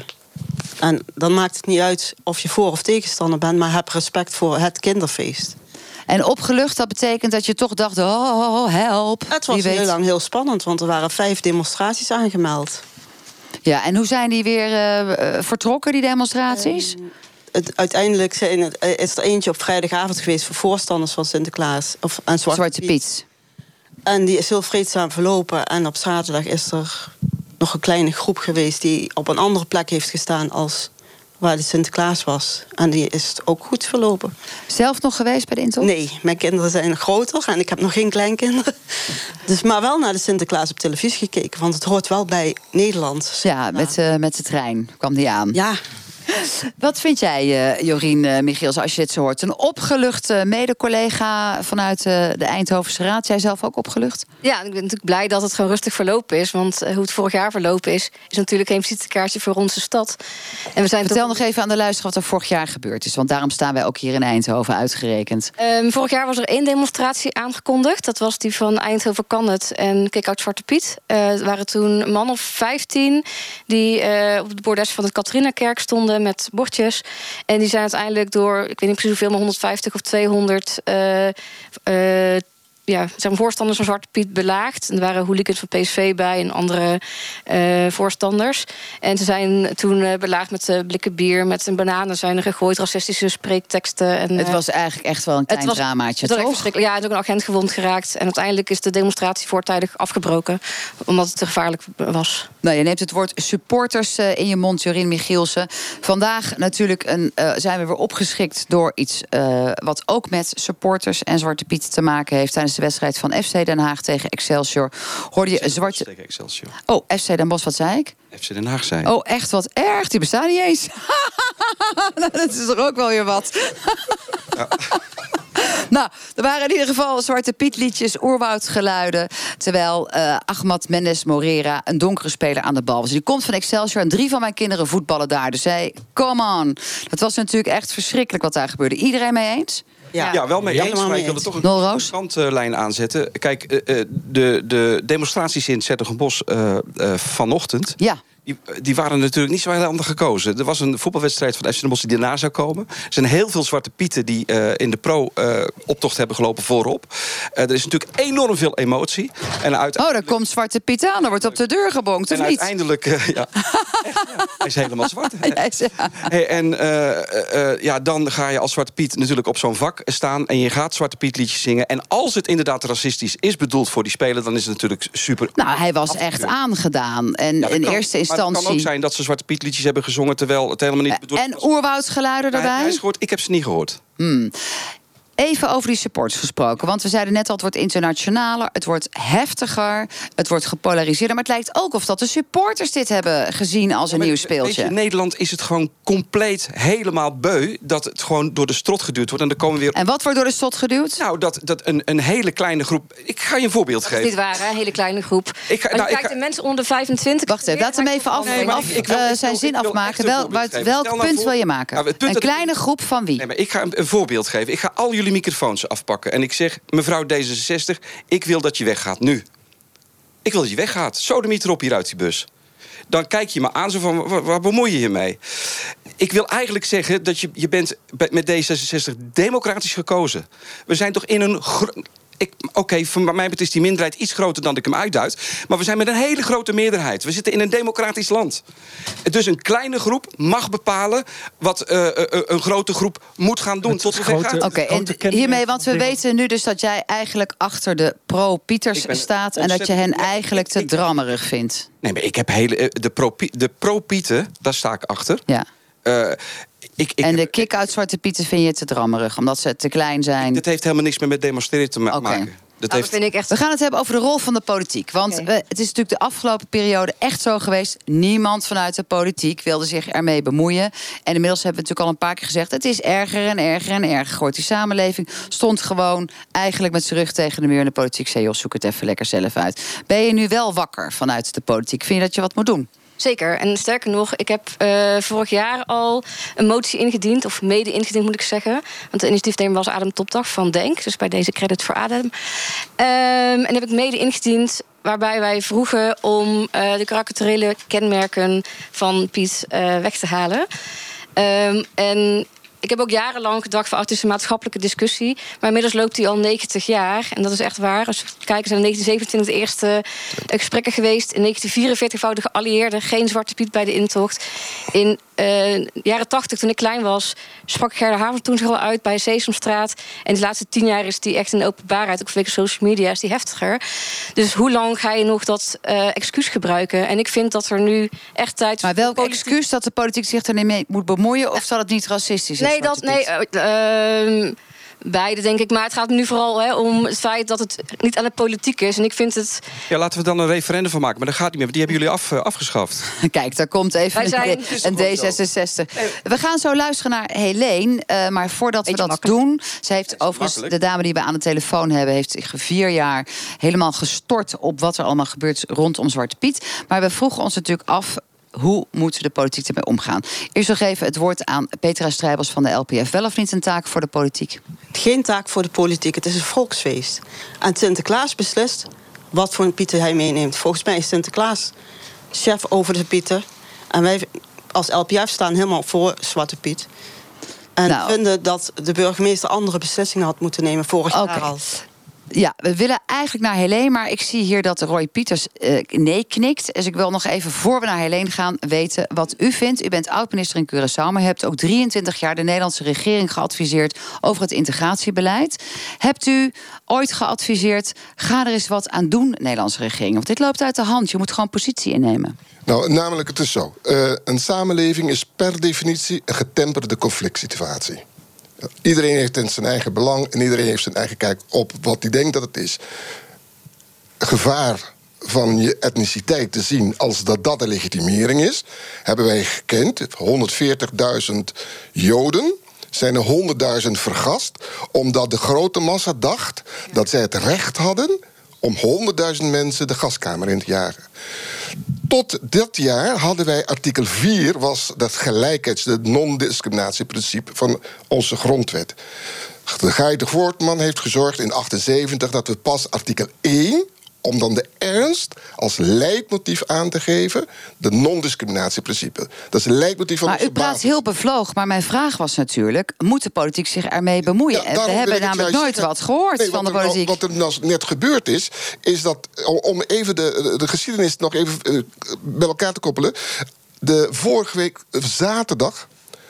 En dan maakt het niet uit of je voor- of tegenstander bent, maar heb respect voor het kinderfeest. En opgelucht, dat betekent dat je toch dacht, oh, help. Het was Wie weet. heel lang heel spannend, want er waren vijf demonstraties aangemeld. Ja, en hoe zijn die weer uh, vertrokken, die demonstraties? Um, het, uiteindelijk zijn het, is er eentje op vrijdagavond geweest voor voorstanders van Sinterklaas. Of, en Zwarte, Zwarte Piet. Piet. En die is heel vreedzaam verlopen. En op zaterdag is er nog een kleine groep geweest die op een andere plek heeft gestaan als waar de Sinterklaas was. En die is ook goed verlopen. Zelf nog geweest bij de intocht? Nee, mijn kinderen zijn groter en ik heb nog geen kleinkinderen. Dus maar wel naar de Sinterklaas op televisie gekeken, want het hoort wel bij Nederland. Ja, met, uh, met de trein kwam die aan. Ja. Wat vind jij, uh, Jorien uh, Michiels, als je dit zo hoort? Een opgeluchte mede-collega vanuit uh, de Eindhovense Raad. Jij zelf ook opgelucht? Ja, ik ben natuurlijk blij dat het gewoon rustig verlopen is. Want uh, hoe het vorig jaar verlopen is, is natuurlijk geen visitekaartje voor onze stad. En we zijn Vertel toch... nog even aan de luisteraar wat er vorig jaar gebeurd is. Want daarom staan wij ook hier in Eindhoven uitgerekend. Um, vorig jaar was er één demonstratie aangekondigd. Dat was die van Eindhoven Kan Het en Kick-Out Zwarte Piet. Uh, het waren toen een man of vijftien die uh, op het bordes van de Catharinakerk stonden met bordjes. En die zijn uiteindelijk door, ik weet niet precies hoeveel, maar honderdvijftig of tweehonderd uh, uh, ja, zijn voorstanders van Zwarte Piet belaagd. En er waren hooligans van P S V bij en andere uh, voorstanders. En ze zijn toen uh, belaagd met uh, blikken bier, met een bananen zijn er gegooid, racistische spreekteksten. En, uh, het was eigenlijk echt wel een klein was, dramaatje, het was toch? Verschrikkelijk. Ja, en ook een agent gewond geraakt. En uiteindelijk is de demonstratie voortijdig afgebroken, omdat het te gevaarlijk was. Nou, je neemt het woord supporters uh, in je mond, Jorien Michielsen. Vandaag natuurlijk een, uh, zijn we weer opgeschikt door iets uh, wat ook met supporters en Zwarte Piet te maken heeft. Tijdens de wedstrijd van F C Den Haag tegen Excelsior hoorde je zwarte... Tegen Excelsior. Oh, F C Den Bosch, wat zei ik? F C Den Haag zei. Oh, echt wat erg. Die bestaan niet eens. Nou, dat is toch ook wel weer wat. Ja. Nou, er waren in ieder geval Zwarte Piet liedjes, oerwoudgeluiden. Terwijl uh, Ahmad Mendes Morera, een donkere speler, aan de bal was. Die komt van Excelsior en drie van mijn kinderen voetballen daar. Dus hey, come on. Dat was natuurlijk echt verschrikkelijk wat daar gebeurde. Iedereen mee eens? Ja, ja, wel mee eens, maar ik wil er toch een kantlijn aanzetten. Kijk, uh, de, de demonstraties in 's-Hertogenbosch uh, uh, vanochtend... Ja. Die, die waren natuurlijk niet zo heel handig gekozen. Er was een voetbalwedstrijd van F C Den Bosch die daarna zou komen. Er zijn heel veel Zwarte Pieten die uh, in de pro-optocht uh, hebben gelopen voorop. Uh, er is natuurlijk enorm veel emotie. En uiteindelijk... Oh, daar komt Zwarte Piet aan. Er wordt op de deur gebonkt, of en niet? uiteindelijk... Uh, ja, echt, ja. Hij is helemaal zwart. Yes, ja. Hey, en uh, uh, ja, dan ga je als Zwarte Piet natuurlijk op zo'n vak staan... en je gaat Zwarte Piet liedjes zingen. En als het inderdaad racistisch is bedoeld voor die speler... dan is het natuurlijk super... Nou, hij was afgekeurd. Echt aangedaan. En ja, in kan, eerste instantie... Maar het kan ook zijn dat ze Zwarte Piet liedjes hebben gezongen... terwijl het helemaal niet bedoeld was. En oerwoudsgeluiden daarbij? Hij, hij is gehoord, ik heb ze niet gehoord. Hmm. Even over die supporters gesproken. Want we zeiden net al, het wordt internationaler. Het wordt heftiger. Het wordt gepolariseerder. Maar het lijkt ook of dat de supporters dit hebben gezien als een ja, nieuw speeltje. Je, in Nederland is het gewoon compleet helemaal beu... dat het gewoon door de strot geduwd wordt. En, dan komen we weer... en wat wordt door de strot geduwd? Nou, dat, dat een, een hele kleine groep... Ik ga je een voorbeeld dat geven. Dat is niet waar, hè? Een hele kleine groep. Ik ga, nou, je kijkt ga... de mensen onder vijfentwintig... Wacht even, laat hem even af, nee, af, ik wil, uh, zijn wil, zin afmaken. Wel, welk punt nou voor... wil je maken? Nou, een kleine ik... groep van wie? Nee, maar ik ga een, een voorbeeld geven. Ik ga al jullie microfoons af. Pakken. En ik zeg, mevrouw D zesenzestig, ik wil dat je weggaat, nu. Ik wil dat je weggaat. Sodemiet erop hier uit die bus. Dan kijk je me aan, zo van, waar, waar bemoei je je mee? Ik wil eigenlijk zeggen dat je, je bent met D zesenzestig democratisch gekozen. We zijn toch in een... Oké, okay, voor mij is die minderheid iets groter dan ik hem uitduid. Maar we zijn met een hele grote meerderheid. We zitten in een democratisch land. Dus een kleine groep mag bepalen wat uh, uh, een grote groep moet gaan doen. Het tot zover gaat. Oké, okay, en hiermee, want we weten nu dus dat jij eigenlijk achter de pro-Pieters staat... en dat je hen eigenlijk te drammerig vindt. Nee, maar ik heb hele... De pro-Pieten, de pro daar sta ik achter. Ja. Uh, Ik, ik en de heb, kick-out Zwarte Pieten vind je te drammerig, omdat ze te klein zijn? Dat heeft helemaal niks meer met demonstreren te ma- okay. maken. Dat nou, heeft... dat vind ik echt... We gaan het hebben over de rol van de politiek. Want okay. we, het is natuurlijk de afgelopen periode echt zo geweest... niemand vanuit de politiek wilde zich ermee bemoeien. En inmiddels hebben we natuurlijk al een paar keer gezegd... het is erger en erger en erger geworden. Die samenleving stond gewoon eigenlijk met zijn rug tegen de muur... en de politiek zei, joh, zoek het even lekker zelf uit. Ben je nu wel wakker vanuit de politiek? Vind je dat je wat moet doen? Zeker. En sterker nog, ik heb uh, vorig jaar al een motie ingediend... of mede ingediend, moet ik zeggen. Want de initiatiefnemer was Adem Topdag van Denk. Dus bij deze credit voor Adem. Um, en heb ik mede ingediend... waarbij wij vroegen om uh, de karakteriële kenmerken van Piet uh, weg te halen. Um, en... Ik heb ook jarenlang gedacht van, oh, het is een maatschappelijke discussie. Maar inmiddels loopt die al negentig jaar. En dat is echt waar. Als we kijken, zijn in negentien zevenentwintig de eerste gesprekken geweest. In negentien vierenveertig vouwde geallieerden. Geen Zwarte Piet bij de intocht. In de uh, jaren tachtig, toen ik klein was, sprak Gerda Haver toen zich al uit bij Sesamstraat. En de laatste tien jaar is die echt in de openbaarheid. Ook vanwege social media is die heftiger. Dus hoe lang ga je nog dat uh, excuus gebruiken? En ik vind dat er nu echt tijd... Maar welk politiek... excuus dat de politiek zich er niet mee moet bemoeien? Of zal het niet racistisch zijn? Nee, dat, nee uh, uh, beide denk ik. Maar het gaat nu vooral hè, om het feit dat het niet aan de politiek is. En ik vind het... Ja, laten we dan een referendum van maken. Maar dat gaat niet meer, want die hebben jullie af, uh, afgeschaft. Kijk, daar komt even zijn, een D zesenzestig. We gaan zo luisteren naar Helene. Uh, maar voordat we dat makkelijk. doen... Ze heeft overigens, makkelijk. de dame die we aan de telefoon hebben... heeft zich vier jaar helemaal gestort op wat er allemaal gebeurt rondom Zwarte Piet. Maar we vroegen ons natuurlijk af... hoe moet de politiek ermee omgaan? Eerst nog even het woord aan Petra Strijbos van de L P F. Wel of niet een taak voor de politiek? Geen taak voor de politiek, het is een volksfeest. En Sinterklaas beslist wat voor een pieten hij meeneemt. Volgens mij is Sinterklaas chef over de pieten. En wij als L P F staan helemaal voor Zwarte Piet. En nou. vinden dat de burgemeester andere beslissingen had moeten nemen vorig okay. jaar al. Ja, we willen eigenlijk naar Helene, maar ik zie hier dat Roy Pieters uh, nee knikt. Dus ik wil nog even, voor we naar Helene gaan, weten wat u vindt. U bent oud-minister in Curaçao, maar hebt ook drieëntwintig jaar de Nederlandse regering geadviseerd over het integratiebeleid. Hebt u ooit geadviseerd, ga er eens wat aan doen, Nederlandse regering? Want dit loopt uit de hand, je moet gewoon positie innemen. Nou, namelijk, het is zo. Uh, een samenleving is per definitie een getemperde conflict situatie. Iedereen heeft zijn eigen belang en iedereen heeft zijn eigen kijk op wat hij denkt dat het is. Gevaar van je etniciteit te zien als dat dat de legitimering is, hebben wij gekend. honderdveertigduizend Joden zijn er honderdduizend vergast, omdat de grote massa dacht dat zij het recht hadden om honderdduizend mensen de gaskamer in te jagen. Tot dit jaar hadden wij artikel vier, was dat gelijkheids-, het non-discriminatieprincipe van onze grondwet. De Guy de Voortman heeft gezorgd in achtenzeventig dat we pas artikel één, om dan de ernst als leidmotief aan te geven, de non-discriminatieprincipe. Dat is een leidmotief van maar onze u praat basis. heel bevlogen, maar mijn vraag was natuurlijk, moet de politiek zich ermee bemoeien? Ja, en we daarom hebben wil ik het namelijk juist nooit zeggen. wat gehoord Nee, van de wat er politiek. nou- wat er nou net gebeurd is, is dat, om even de, de geschiedenis nog even uh, bij elkaar te koppelen. De vorige week, zaterdag,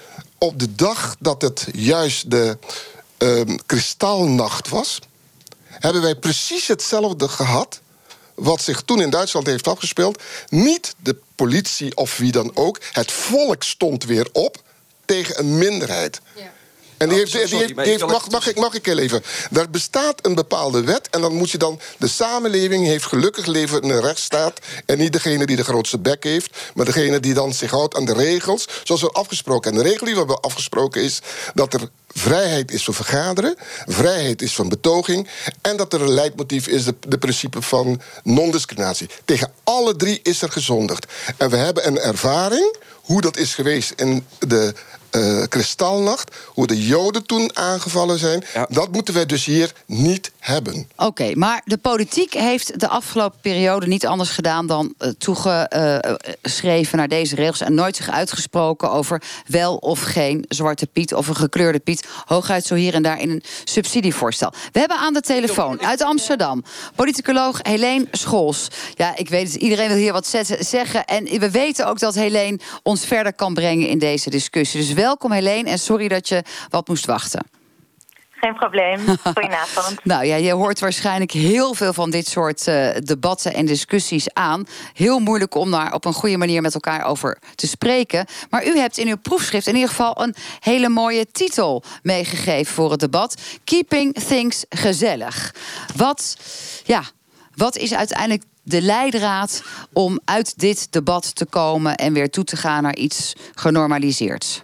op de dag dat het juist de uh, kristalnacht was, hebben wij precies hetzelfde gehad wat zich toen in Duitsland heeft afgespeeld. Niet de politie of wie dan ook. Het volk stond weer op tegen een minderheid. Ja. En die Oh, heeft, die sorry, heeft, maar die ik heeft, wil mag, het- mag, ik, mag ik heel even? Daar bestaat een bepaalde wet en dan moet je dan... De samenleving heeft gelukkig leven in een rechtsstaat. En niet degene die de grootste bek heeft, maar degene die dan zich houdt aan de regels. Zoals we afgesproken. En de regel die we hebben afgesproken is dat er vrijheid is van vergaderen, vrijheid is van betoging en dat er een leidmotief is, de, de principe van non-discriminatie. Tegen alle drie is er gezondigd. En we hebben een ervaring hoe dat is geweest in de uh, kristalnacht, hoe de Joden toen aangevallen zijn. Ja. Dat moeten wij dus hier niet hebben. Oké, okay, maar de politiek heeft de afgelopen periode niet anders gedaan dan uh, toegeschreven uh, naar deze regels en nooit zich uitgesproken over wel of geen zwarte Piet of een gekleurde Piet. Hooguit zo hier en daar in een subsidievoorstel. We hebben aan de telefoon uit Amsterdam politicoloog Helene Scholz. Ja, ik weet het, iedereen wil hier wat zeggen. En we weten ook dat Helene ons verder kan brengen in deze discussie. Dus welkom Helene en sorry dat je wat moest wachten. Geen probleem. Goedenavond. Nou ja, je hoort waarschijnlijk heel veel van dit soort uh, debatten en discussies aan. Heel moeilijk om daar op een goede manier met elkaar over te spreken. Maar u hebt in uw proefschrift in ieder geval een hele mooie titel meegegeven voor het debat. Keeping Things Gezellig. Wat, ja, wat is uiteindelijk de leidraad om uit dit debat te komen en weer toe te gaan naar iets genormaliseerds?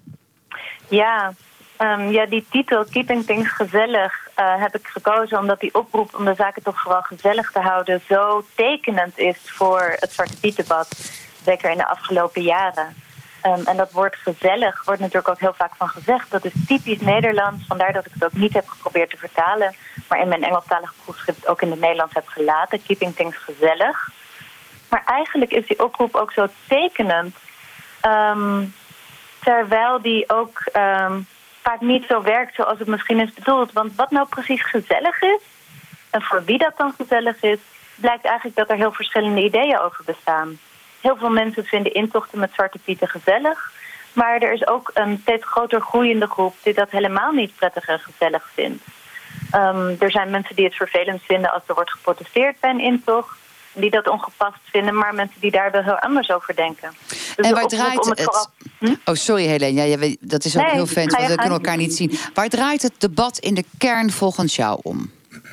Ja, um, ja die titel, Keeping Things Gezellig, uh, heb ik gekozen omdat die oproep om de zaken toch vooral gezellig te houden zo tekenend is voor het Zwarte Piet-debat, zeker in de afgelopen jaren. Um, en dat woord gezellig wordt natuurlijk ook heel vaak van gezegd. Dat is typisch Nederlands, vandaar dat ik het ook niet heb geprobeerd te vertalen, maar in mijn Engelstalige proefschrift ook in het Nederlands heb gelaten. Keeping Things Gezellig. Maar eigenlijk is die oproep ook zo tekenend, Um, terwijl die ook um, vaak niet zo werkt zoals het misschien is bedoeld. Want wat nou precies gezellig is, en voor wie dat dan gezellig is, blijkt eigenlijk dat er heel verschillende ideeën over bestaan. Heel veel mensen vinden intochten met Zwarte Pieten gezellig, maar er is ook een steeds groter groeiende groep die dat helemaal niet prettig en gezellig vindt. Um, er zijn mensen die het vervelend vinden als er wordt geprotesteerd bij een intocht, die dat ongepast vinden, maar mensen die daar wel heel anders over denken. Dus en waar draait het... het... Vooral... hm? Oh, sorry Helene, ja, ja, dat is ook nee, heel fijn, want we kunnen elkaar niet zien. Waar draait het debat in de kern volgens jou om?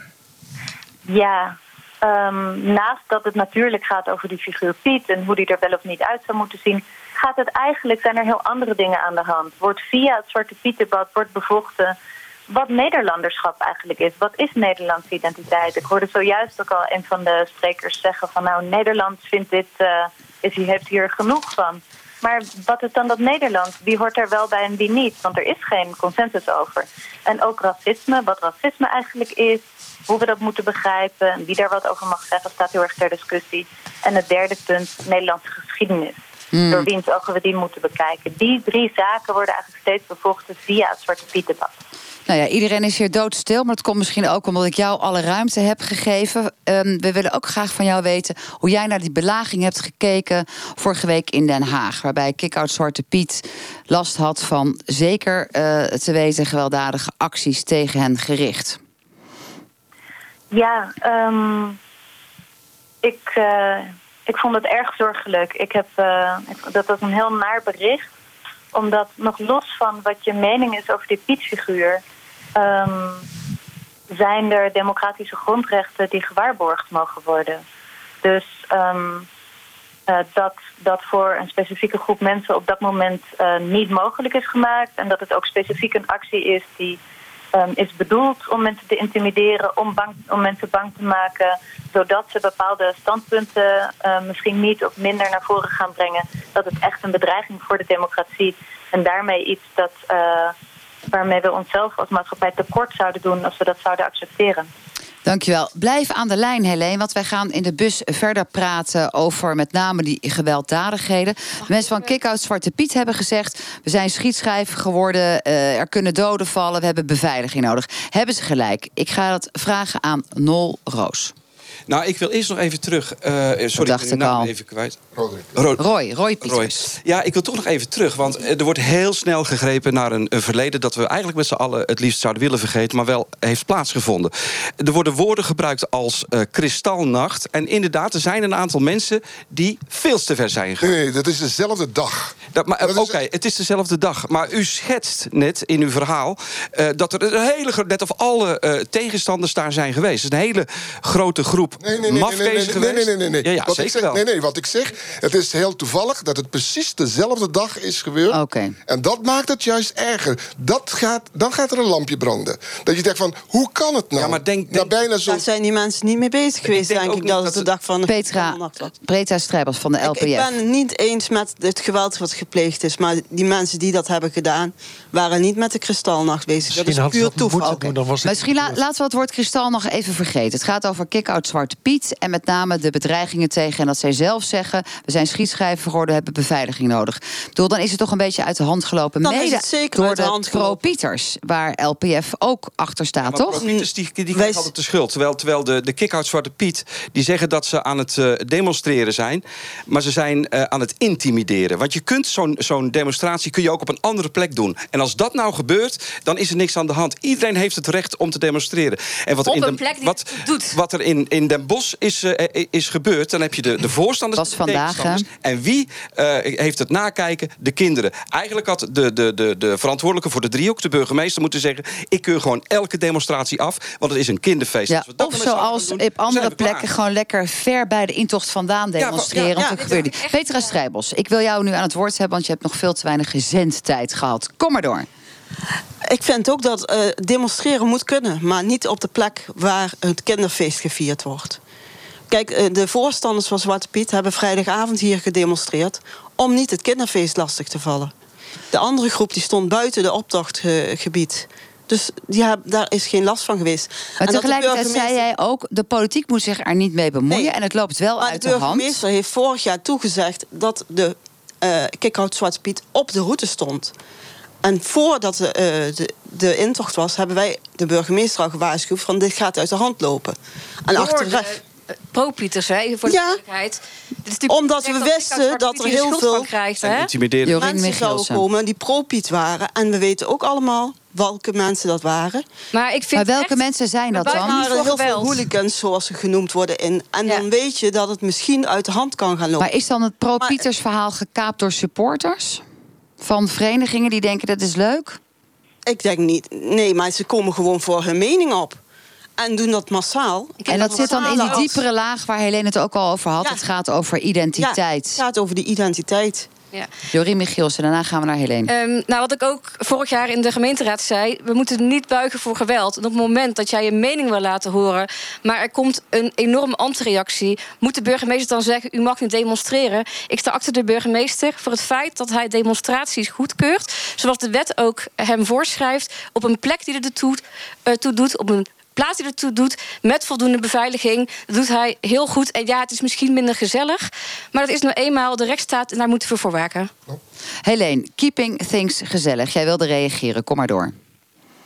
Ja, um, naast dat het natuurlijk gaat over die figuur Piet en hoe die er wel of niet uit zou moeten zien, gaat het eigenlijk, zijn er heel andere dingen aan de hand. Wordt via het Zwarte Piet-debat wordt bevochten wat Nederlanderschap eigenlijk is. Wat is Nederlandse identiteit? Ik hoorde zojuist ook al een van de sprekers zeggen van nou, Nederland vindt dit, uh, is, heeft hier genoeg van. Maar wat is dan dat Nederland? Wie hoort er wel bij en wie niet? Want er is geen consensus over. En ook racisme, wat racisme eigenlijk is, hoe we dat moeten begrijpen en wie daar wat over mag zeggen, staat heel erg ter discussie. En het derde punt, Nederlandse geschiedenis. Mm. Door wiens ogen we die moeten bekijken. Die drie zaken worden eigenlijk steeds bevochten via het Zwarte Piet-debat. Nou ja, iedereen is hier doodstil, maar dat komt misschien ook omdat ik jou alle ruimte heb gegeven. Um, we willen ook graag van jou weten hoe jij naar die belaging hebt gekeken vorige week in Den Haag, waarbij kick-out Zwarte Piet last had van zeker uh, te weten gewelddadige acties tegen hen gericht. Ja, um, ik, uh, ik vond het erg zorgelijk. Ik heb, uh, dat was een heel naar bericht, omdat nog los van wat je mening is over die Piet-figuur, Um, zijn er democratische grondrechten die gewaarborgd mogen worden. Dus um, uh, dat dat voor een specifieke groep mensen op dat moment uh, niet mogelijk is gemaakt. En dat het ook specifiek een actie is die um, is bedoeld om mensen te intimideren, om, bang, om mensen bang te maken, zodat ze bepaalde standpunten uh, misschien niet of minder naar voren gaan brengen. Dat het echt een bedreiging voor de democratie en daarmee iets dat Uh, waarmee we onszelf als maatschappij tekort zouden doen als we dat zouden accepteren. Dankjewel. Blijf aan de lijn, Helene, want wij gaan in de bus verder praten over met name die gewelddadigheden. De mensen van Kick-out Zwarte Piet hebben gezegd, we zijn schietschijf geworden, uh, er kunnen doden vallen, we hebben beveiliging nodig. Hebben ze gelijk? Ik ga dat vragen aan Nol Roos. Nou, ik wil eerst nog even terug. Uh, sorry, ik ben de naam even kwijt. Roy, Roy, Roy Pieters. Roy. Ja, ik wil toch nog even terug. Want er wordt heel snel gegrepen naar een, een verleden dat we eigenlijk met z'n allen het liefst zouden willen vergeten, maar wel heeft plaatsgevonden. Er worden woorden gebruikt als uh, kristalnacht. En inderdaad, er zijn een aantal mensen die veel te ver zijn gegaan. Nee, nee, dat is dezelfde dag. Oké, okay, het is dezelfde dag. Maar u schetst net in uw verhaal uh, dat er een hele grote, net of alle uh, tegenstanders daar zijn geweest. Het is een hele grote groep. Nee, nee, nee, mafkezen nee, nee, geweest? nee, nee, nee, nee. Ja, ja, wat zeker ik zeg, wel. nee, nee, wat ik zeg, het is heel toevallig dat het precies dezelfde dag is gebeurd. Okay. En dat maakt het juist erger. Dat gaat, dan gaat er een lampje branden. Dat je denkt van, hoe kan het nou? Ja, maar denk, nou, bijna zo... Daar zijn die mensen niet mee bezig geweest, denk, denk ik, dat het de dag van... Petra, Petra Strijbers van de L P F. Ik, ik ben het niet eens met het geweld wat gepleegd is, maar die mensen die dat hebben gedaan waren niet met de kristalnacht bezig. Misschien dat is puur toeval. Okay. Misschien la, laten we het woord kristal nog even vergeten. Het gaat over kick-out Zwarte Piet en met name de bedreigingen tegen, en dat zij zelf zeggen, we zijn schietschijven geworden, hebben beveiliging nodig. Ik bedoel, dan is het toch een beetje uit de hand gelopen. Dan mede is het zeker door uit de de hand gelopen. pro-Pieters, waar L P F ook achter staat, ja, toch? Pro-Pieters die, die krijgen altijd de schuld. Terwijl, terwijl de, de kick-out Zwarte Piet, die zeggen dat ze aan het uh, demonstreren zijn, maar ze zijn uh, aan het intimideren. Want je kunt zo'n zo'n demonstratie kun je ook op een andere plek doen. En als dat nou gebeurt, dan is er niks aan de hand. Iedereen heeft het recht om te demonstreren. En wat op er in een de, plek die wat, het doet. Wat er in, in Den Bosch is, uh, is gebeurd, dan heb je de, de voorstanders was en de vandaag, tegenstanders. En wie uh, heeft het nakijken? De kinderen. Eigenlijk had de, de, de, de verantwoordelijke voor de driehoek, de burgemeester, moeten zeggen, ik keur gewoon elke demonstratie af, want het is een kinderfeest. Ja, Als we dat of dan met z'n allen zoals doen, op andere zijn we plekken klaar. gewoon lekker ver bij de intocht vandaan demonstreren. Ja, want ja, dat gebeurt niet. Petra Strijbos, ik wil jou nu aan het woord hebben, want je hebt nog veel te weinig zendtijd gehad. Kom maar door. Ik vind ook dat uh, demonstreren moet kunnen, maar niet op de plek waar het kinderfeest gevierd wordt. Kijk, uh, de voorstanders van Zwarte Piet hebben vrijdagavond hier gedemonstreerd om niet het kinderfeest lastig te vallen. De andere groep die stond buiten de optochtgebied. Dus ja, daar is geen last van geweest. Maar en tegelijkertijd burgemeester... zei jij ook, de politiek moet zich er niet mee bemoeien. Nee. En het loopt wel maar uit de de hand. De burgemeester heeft vorig jaar toegezegd dat de uh, kick-out Zwarte Piet op de route stond. En voordat de, uh, de, de intocht was, hebben wij de burgemeester al gewaarschuwd van dit gaat uit de hand lopen. En achteraf... Pro-Pieters, hè, voor de ja, duidelijkheid. Omdat we wisten dat er heel veel krijgt, mensen zouden komen die pro-Piet waren. En we weten ook allemaal welke mensen dat waren. Maar, ik vind maar welke echt, mensen zijn dat dan? Er waren heel veel hooligans, zoals ze genoemd worden. In. En ja. dan weet je dat het misschien uit de hand kan gaan lopen. Maar is dan het pro-Pieters verhaal gekaapt door supporters? Van verenigingen die denken dat is leuk? Ik denk niet. Nee, maar ze komen gewoon voor hun mening op. En doen dat massaal. En dat zit dan in die diepere laag waar Helene het ook al over had. Ja. Het gaat over identiteit. Ja, het gaat over de identiteit. Ja. Jorien Michiels, en daarna gaan we naar Helene. Um, nou, wat ik ook vorig jaar in de gemeenteraad zei, we moeten niet buigen voor geweld. En op het moment dat jij je mening wil laten horen, maar er komt een enorme antireactie, moet de burgemeester dan zeggen, u mag niet demonstreren. Ik sta achter de burgemeester voor het feit dat hij demonstraties goedkeurt, zoals de wet ook hem voorschrijft, op een plek die er toe, uh, toe doet, op een plaats die ertoe doet, met voldoende beveiliging. Dat doet hij heel goed. En ja, het is misschien minder gezellig, maar dat is nou eenmaal de rechtsstaat en daar moeten we voor waken. Helene, keeping things gezellig. Jij wilde reageren, kom maar door.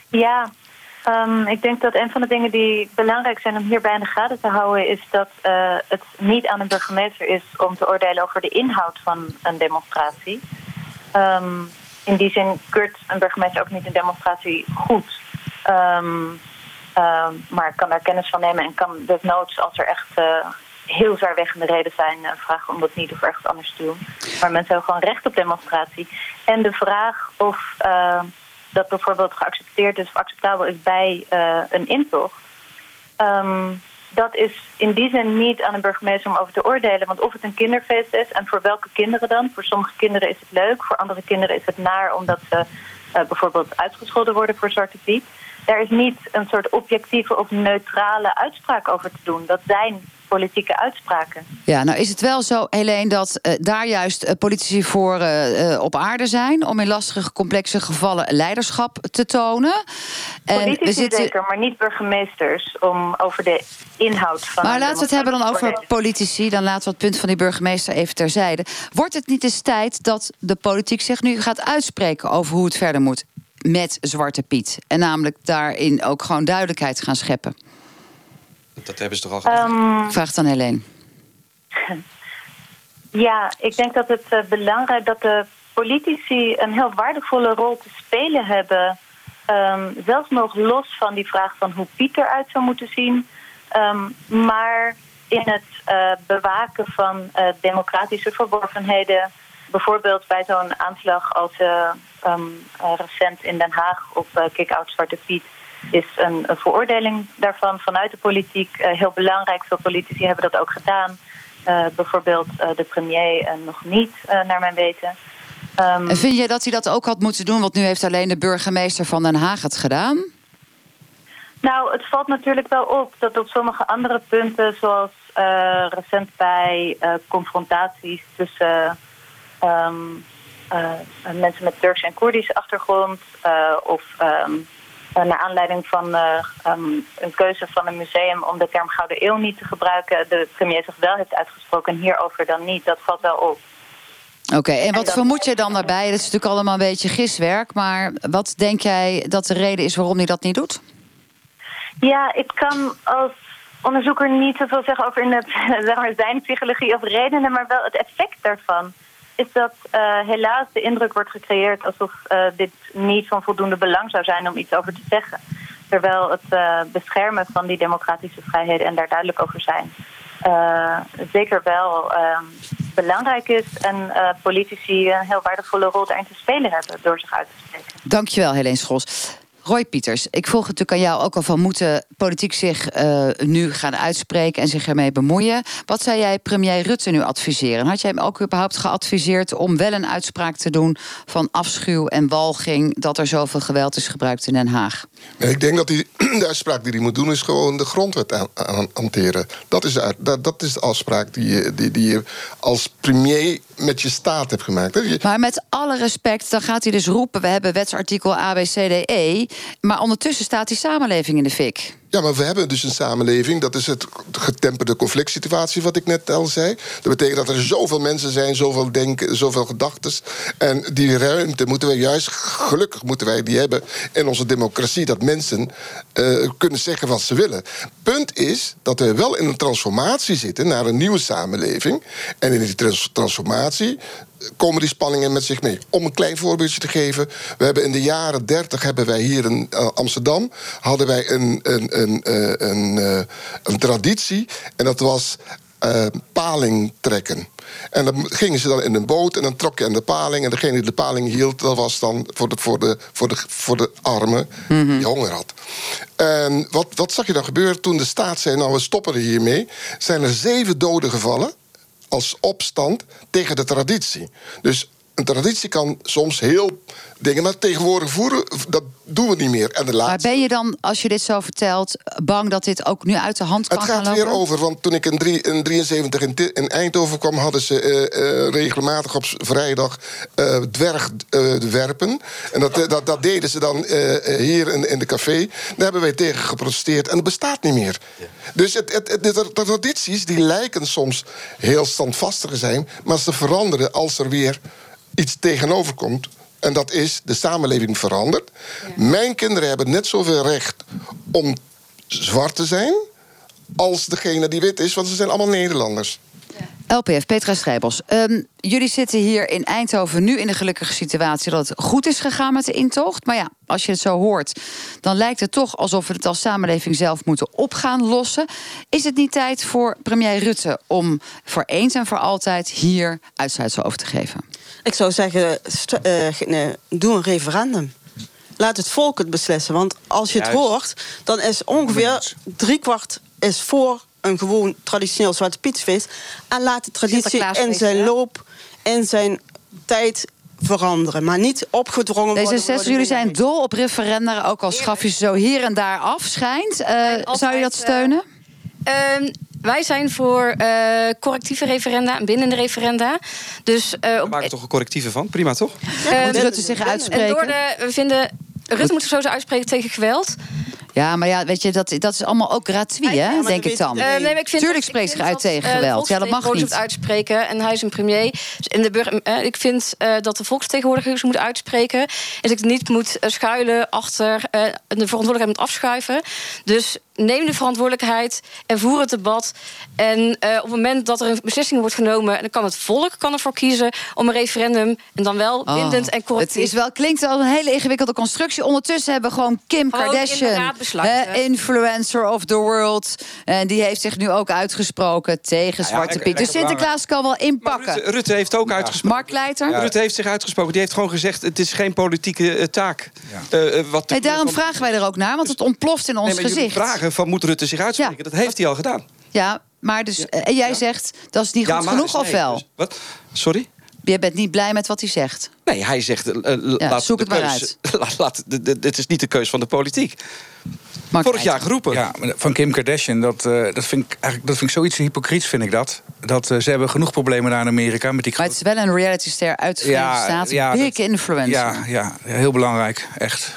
Ja, um, ik denk dat een van de dingen die belangrijk zijn om hierbij in de gaten te houden is dat uh, het niet aan een burgemeester is om te oordelen over de inhoud van een demonstratie. Um, in die zin keurt een burgemeester ook niet een demonstratie goed. Um, um, maar kan daar kennis van nemen en kan desnoods, als er echt uh, heel zwaarwegende reden zijn, uh, vragen om dat niet of ergens anders te doen. Maar mensen hebben gewoon recht op demonstratie. En de vraag of uh, dat bijvoorbeeld geaccepteerd is of acceptabel is bij uh, een intocht. Um, dat is in die zin niet aan een burgemeester om over te oordelen. Want of het een kinderfeest is, en voor welke kinderen dan? Voor sommige kinderen is het leuk, voor andere kinderen is het naar omdat ze uh, bijvoorbeeld uitgescholden worden voor Zwarte Piet. Daar is niet een soort objectieve of neutrale uitspraak over te doen. Dat zijn politieke uitspraken. Ja, nou is het wel zo, Helene, dat uh, daar juist uh, politici voor uh, uh, op aarde zijn om in lastige, complexe gevallen leiderschap te tonen. En politici we zitten... zeker, maar niet burgemeesters om over de inhoud van... Maar laten we het hebben dan over politici. Dan laten we het punt van die burgemeester even terzijde. Wordt het niet eens tijd dat de politiek zich nu gaat uitspreken over hoe het verder moet met Zwarte Piet? En namelijk daarin ook gewoon duidelijkheid gaan scheppen. Dat hebben ze toch al gedaan? Um, Ik vraag het aan Helene. Ja, ik denk dat het uh, belangrijk dat de politici een heel waardevolle rol te spelen hebben. Um, zelfs nog los van die vraag van hoe Piet eruit zou moeten zien. Um, maar in het uh, bewaken van uh, democratische verworvenheden. Bijvoorbeeld bij zo'n aanslag als uh, um, uh, recent in Den Haag op uh, Kick-Out Zwarte Piet is een, een veroordeling daarvan vanuit de politiek uh, heel belangrijk. Veel politici hebben dat ook gedaan. Uh, bijvoorbeeld uh, de premier uh, nog niet, uh, naar mijn weten. Um, en vind je dat hij dat ook had moeten doen? Want nu heeft alleen de burgemeester van Den Haag het gedaan. Nou, het valt natuurlijk wel op dat op sommige andere punten, zoals uh, recent bij uh, confrontaties tussen um, uh, mensen met Turkse en Koerdische achtergrond uh, of um, uh, naar aanleiding van uh, um, een keuze van een museum om de term Gouden Eeuw niet te gebruiken, de premier zich wel heeft uitgesproken en hierover dan niet. Dat valt wel op. Oké, okay, en wat en dat... vermoed je dan daarbij? Dat is natuurlijk allemaal een beetje giswerk, maar wat denk jij dat de reden is waarom hij dat niet doet? Ja, ik kan als onderzoeker niet zoveel zeggen over in het, zeg maar, zijn psychologie of redenen, maar wel het effect daarvan is dat uh, helaas de indruk wordt gecreëerd alsof uh, dit niet van voldoende belang zou zijn om iets over te zeggen. Terwijl het uh, beschermen van die democratische vrijheden en daar duidelijk over zijn uh, zeker wel uh, belangrijk is en uh, politici een heel waardevolle rol daarin te spelen hebben door zich uit te spreken. Dankjewel, Helene Scholz. Roy Pieters, ik vroeg het natuurlijk aan jou ook al van, moeten politiek zich uh, nu gaan uitspreken en zich ermee bemoeien? Wat zou jij premier Rutte nu adviseren? Had jij hem ook überhaupt geadviseerd om wel een uitspraak te doen van afschuw en walging dat er zoveel geweld is gebruikt in Den Haag? Nee, ik denk dat hij, de uitspraak die hij moet doen is gewoon de grondwet aan, aan, hanteren. Dat is, de, dat, dat is de afspraak die je, die, die je als premier met je staat hebt gemaakt. Je... Maar met alle respect, dan gaat hij dus roepen, we hebben wetsartikel A B C D E, maar ondertussen staat die samenleving in de fik. Ja, maar we hebben dus een samenleving. Dat is het getemperde conflict situatie wat ik net al zei. Dat betekent dat er zoveel mensen zijn, zoveel denken, zoveel gedachten. En die ruimte moeten wij juist, gelukkig moeten wij die hebben in onze democratie, dat mensen uh, kunnen zeggen wat ze willen. Punt is dat we wel in een transformatie zitten naar een nieuwe samenleving. En in die trans- transformatie komen die spanningen met zich mee. Om een klein voorbeeldje te geven. We hebben in de jaren dertig hebben wij hier in uh, Amsterdam hadden wij een, een, een, uh, een, uh, een traditie. En dat was uh, paling trekken. En dan gingen ze dan in een boot en dan trok je aan de paling. En degene die de paling hield, dat was dan voor de, voor de, voor de, voor de arme mm-hmm. die honger had. En wat, wat zag je dan gebeuren toen de staat zei, nou we stoppen er hiermee? Zijn er zeven doden gevallen als opstand tegen de traditie. Dus een traditie kan soms heel dingen, maar tegenwoordig voeren, dat doen we niet meer. En de laatste... Maar ben je dan, als je dit zo vertelt, bang dat dit ook nu uit de hand kan gaan lopen? Het gaat weer over, want toen ik in negentien drieënzeventig in, in Eindhoven kwam, hadden ze uh, uh, regelmatig op vrijdag uh, dwergwerpen. Uh, en dat, uh, dat, dat deden ze dan uh, hier in, in de café. Daar hebben wij tegen geprotesteerd en dat bestaat niet meer. Ja. Dus het, het, het, de, de tradities die lijken soms heel standvastig te zijn, maar ze veranderen als er weer iets tegenover komt En dat is, de samenleving verandert. Ja. Mijn kinderen hebben net zoveel recht om zwart te zijn als degene die wit is, want ze zijn allemaal Nederlanders. L P F, Petra Schrijbels. Um, jullie zitten hier in Eindhoven nu in de gelukkige situatie dat het goed is gegaan met de intocht. Maar ja, als je het zo hoort, dan lijkt het toch alsof we het als samenleving zelf moeten op gaan lossen. Is het niet tijd voor premier Rutte om voor eens en voor altijd hier uitsluitsel over te geven? Ik zou zeggen, st- uh, nee, doe een referendum. Laat het volk het beslissen. Want als je het Juist. hoort, dan is ongeveer driekwart is voor een gewoon traditioneel Zwarte Pietsfeest. En laat de traditie in zijn loop, in zijn tijd veranderen. Maar niet opgedrongen worden. D zesenzestig, jullie zijn dol op referenda, ook al schaf je ze zo hier en daar af, schijnt. Uh, zou je dat steunen? Uh, uh, Wij zijn voor uh, correctieve referenda en bindende referenda. Dus, uh, we maken er toch een correctieve van? Prima, toch? Uh, Moet Rutte zich uitspreken? En door de, we vinden, Rutte moet zich sowieso uitspreken tegen geweld. Ja, maar ja, weet je, dat, dat is allemaal ook gratuit, hè, ja, denk ik dan. Uh, nee, ik vind Tuurlijk spreekt zich uit tegen geweld. Ja, dat mag niet. Uitspreken en hij is een premier. En de burger, uh, ik vind uh, dat de volksvertegenwoordiger moet uitspreken. En dat ik niet moet uh, schuilen achter uh, de verantwoordelijkheid moet afschuiven. Dus neem de verantwoordelijkheid en voer het debat. En uh, op het moment dat er een beslissing wordt genomen, dan kan het volk kan ervoor kiezen om een referendum en dan wel bindend oh, en correctief. Het is wel, klinkt als een hele ingewikkelde constructie. Ondertussen hebben we gewoon Kim gewoon Kardashian, uh, influencer of the world. En die heeft zich nu ook uitgesproken tegen ja, Zwarte ja, Piet. Dus Sinterklaas kan wel inpakken. Rutte, Rutte heeft ook ja. uitgesproken. Mark Leijter? Ja. Rutte heeft zich uitgesproken. Die heeft gewoon gezegd, het is geen politieke uh, taak. Ja. Uh, wat hey, daarom van... vragen wij er ook naar, want het ontploft in ons nee, gezicht. Vragen van moet Rutte zich uitspreken? Ja. Dat heeft hij al gedaan. Ja, maar dus, ja. en jij ja. zegt, dat is niet goed ja, genoeg, nee, of wel? Dus, wat? Sorry? Je bent niet blij met wat hij zegt? Nee, hij zegt, uh, ja, laat zoek het keus, maar uit. Laat, laat, dit is niet de keus van de politiek. Mark Vorig jaar geroepen. Ja, van Kim Kardashian, dat, uh, dat, vind ik eigenlijk, dat vind ik zoiets hypocriets, vind ik dat. dat uh, ze hebben genoeg problemen daar in Amerika. Met die maar het is wel een reality-ster uit de Verenigde ja, Staten. Ja, big dat, influencer. Ja, ja, heel belangrijk, echt.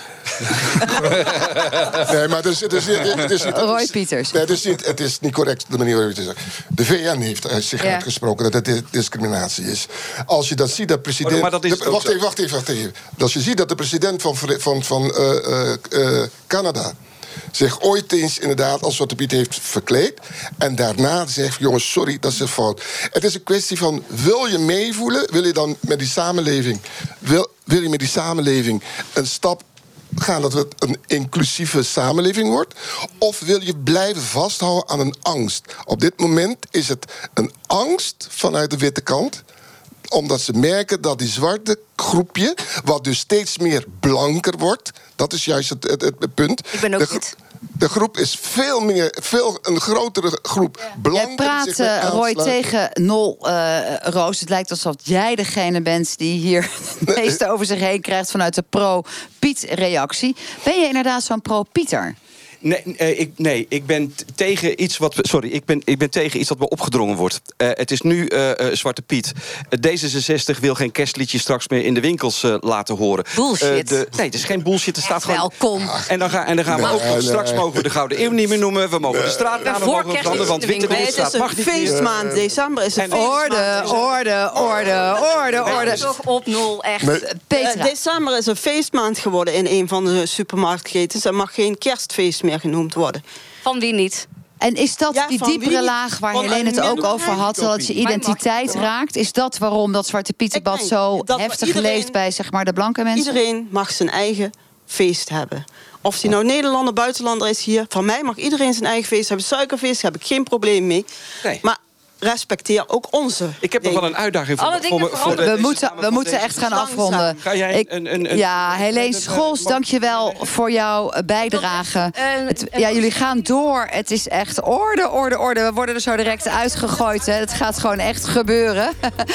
nee, maar het is, het is, het is niet... Roy Pieters. Nee, het is niet, het is niet correct de manier waarop je het zegt. De V N heeft zich ja. uitgesproken dat het discriminatie is. Als je dat ziet, dat president... Oh, maar dat is de, wacht, even, wacht even, wacht even. Als je ziet dat de president van, van, van uh, uh, uh, Canada zich ooit eens inderdaad als Zwarte Piet heeft verkleed en daarna zegt, jongens, sorry, dat is een fout. Het is een kwestie van, wil je meevoelen? Wil je dan met die samenleving... Wil, wil je met die samenleving een stap gaan dat het een inclusieve samenleving wordt? Of wil je blijven vasthouden aan een angst? Op dit moment is het een angst vanuit de witte kant, omdat ze merken dat die zwarte groepje, wat dus steeds meer blanker wordt, dat is juist het, het, het punt. Ik ben ook de, niet. De groep is veel meer, veel een grotere groep ja. blanker. Jij praat, uh, Roy, tegen Nol uh, Roos. Het lijkt alsof jij degene bent die hier het meeste over zich heen krijgt vanuit de pro-Piet-reactie. Ben je inderdaad zo'n pro-Pieter? Nee, uh, ik, nee, ik ben t- tegen iets wat. Sorry, ik ben, ik ben tegen iets wat me opgedrongen wordt. Uh, het is nu uh, uh, Zwarte Piet. Uh, D zesenzestig wil geen kerstliedjes straks meer in de winkels uh, laten horen. Bullshit. Uh, de, nee, het is geen bullshit. Er staat gewoon. Welkom. En dan, ga, en dan gaan nee, we ook. Nee. Straks mogen we de Gouden Eeuw niet meer noemen. We mogen nee. de straatnamen mogen veranderen. Want Witte Rotstraat mag niet meer. Het is een feestmaand. December is een orde, orde, orde, orde, orde. Toch op nul, echt. Nee. Uh, december is een feestmaand geworden in een van de supermarktketens. Er mag geen kerstfeest meer genoemd worden. Van wie niet? En is dat ja, die diepere laag waar Helene het ook over had, dat het je identiteit raakt? Is dat waarom dat Zwarte Pietenbad zo heftig iedereen, leeft bij zeg maar, de blanke mensen? Iedereen mag zijn eigen feest hebben. Of die nou Nederlander, buitenlander is hier. Van mij mag iedereen zijn eigen feest hebben. Suikerfeest, daar heb ik geen probleem mee. Nee. Maar respecteer ook onze. Ik heb nog wel een uitdaging voor, voor, voor, voor de, we moeten, we moeten echt gaan afronden. Ga jij ik, een, een, een, ja, Helene Scholz, dank je wel voor jouw bijdrage. Het, ja, jullie gaan door. Het is echt orde, orde, orde. We worden er zo direct uitgegooid. Hè. Het gaat gewoon echt gebeuren.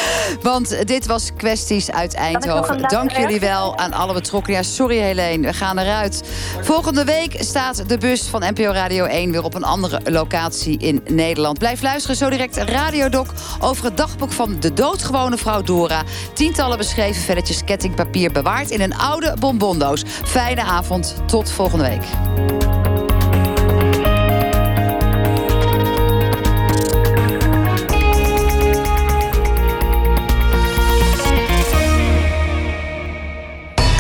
Want dit was Kwesties uit Eindhoven. Dank jullie wel aan alle betrokkenen. Ja, sorry Helene, we gaan eruit. Volgende week staat de bus van N P O Radio één weer op een andere locatie in Nederland. Blijf luisteren, zo direct Radiodoc over het dagboek van de doodgewone vrouw Dora. Tientallen beschreven velletjes kettingpapier bewaard in een oude bonbondoos. Fijne avond, tot volgende week.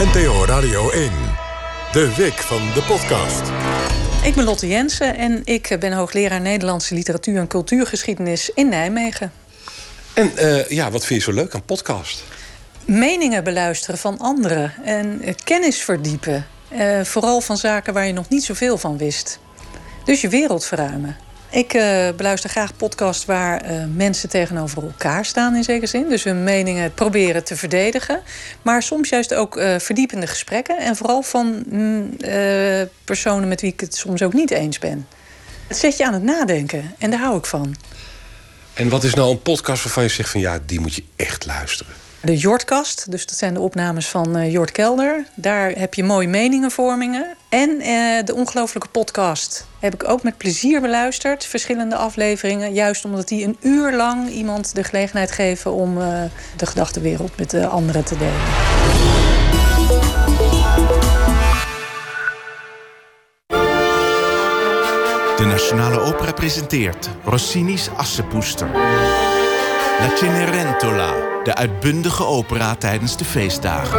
N P O Radio één. De week van de podcast. Ik ben Lotte Jensen en ik ben hoogleraar Nederlandse literatuur en cultuurgeschiedenis in Nijmegen. En uh, ja, wat vind je zo leuk aan podcast? Meningen beluisteren van anderen en uh, kennis verdiepen. Uh, vooral van zaken waar je nog niet zoveel van wist. Dus je wereld verruimen. Ik uh, beluister graag podcasts waar uh, mensen tegenover elkaar staan in zekere zin. Dus hun meningen proberen te verdedigen. Maar soms juist ook uh, verdiepende gesprekken. En vooral van mm, uh, personen met wie ik het soms ook niet eens ben. Het zet je aan het nadenken en daar hou ik van. En wat is nou een podcast waarvan je zegt van ja, die moet je echt luisteren? De Jordkast, dus dat zijn de opnames van uh, Jort Kelder. Daar heb je mooie meningenvormingen. En uh, de ongelofelijke podcast heb ik ook met plezier beluisterd. Verschillende afleveringen. Juist omdat die een uur lang iemand de gelegenheid geven om uh, de gedachtenwereld met de anderen te delen. De Nationale Opera presenteert Rossini's Assepoester. La Cenerentola, de uitbundige opera tijdens de feestdagen.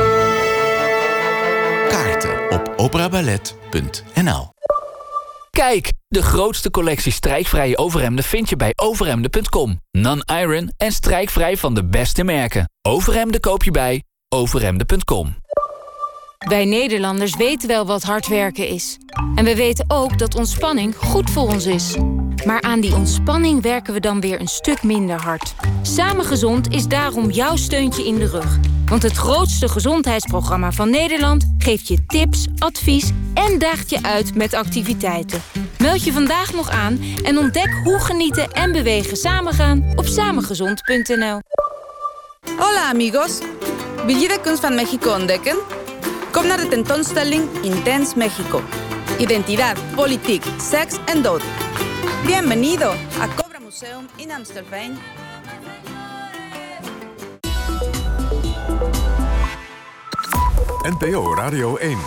Kaarten op operaballet punt n l. Kijk, de grootste collectie strijkvrije overhemden vind je bij overhemden punt com. Non-iron en strijkvrij van de beste merken. Overhemden koop je bij overhemden punt com. Wij Nederlanders weten wel wat hard werken is. En we weten ook dat ontspanning goed voor ons is. Maar aan die ontspanning werken we dan weer een stuk minder hard. Samen Gezond is daarom jouw steuntje in de rug. Want het grootste gezondheidsprogramma van Nederland geeft je tips, advies en daagt je uit met activiteiten. Meld je vandaag nog aan en ontdek hoe genieten en bewegen samengaan op samengezond punt n l. Hola amigos, wil je de kunst van Mexico ontdekken? Kom naar de tentoonstelling Intense Mexico. Identidad, politiek, seks en dood. Bienvenido a Cobra Museum in Amstelveen. N P O Radio één.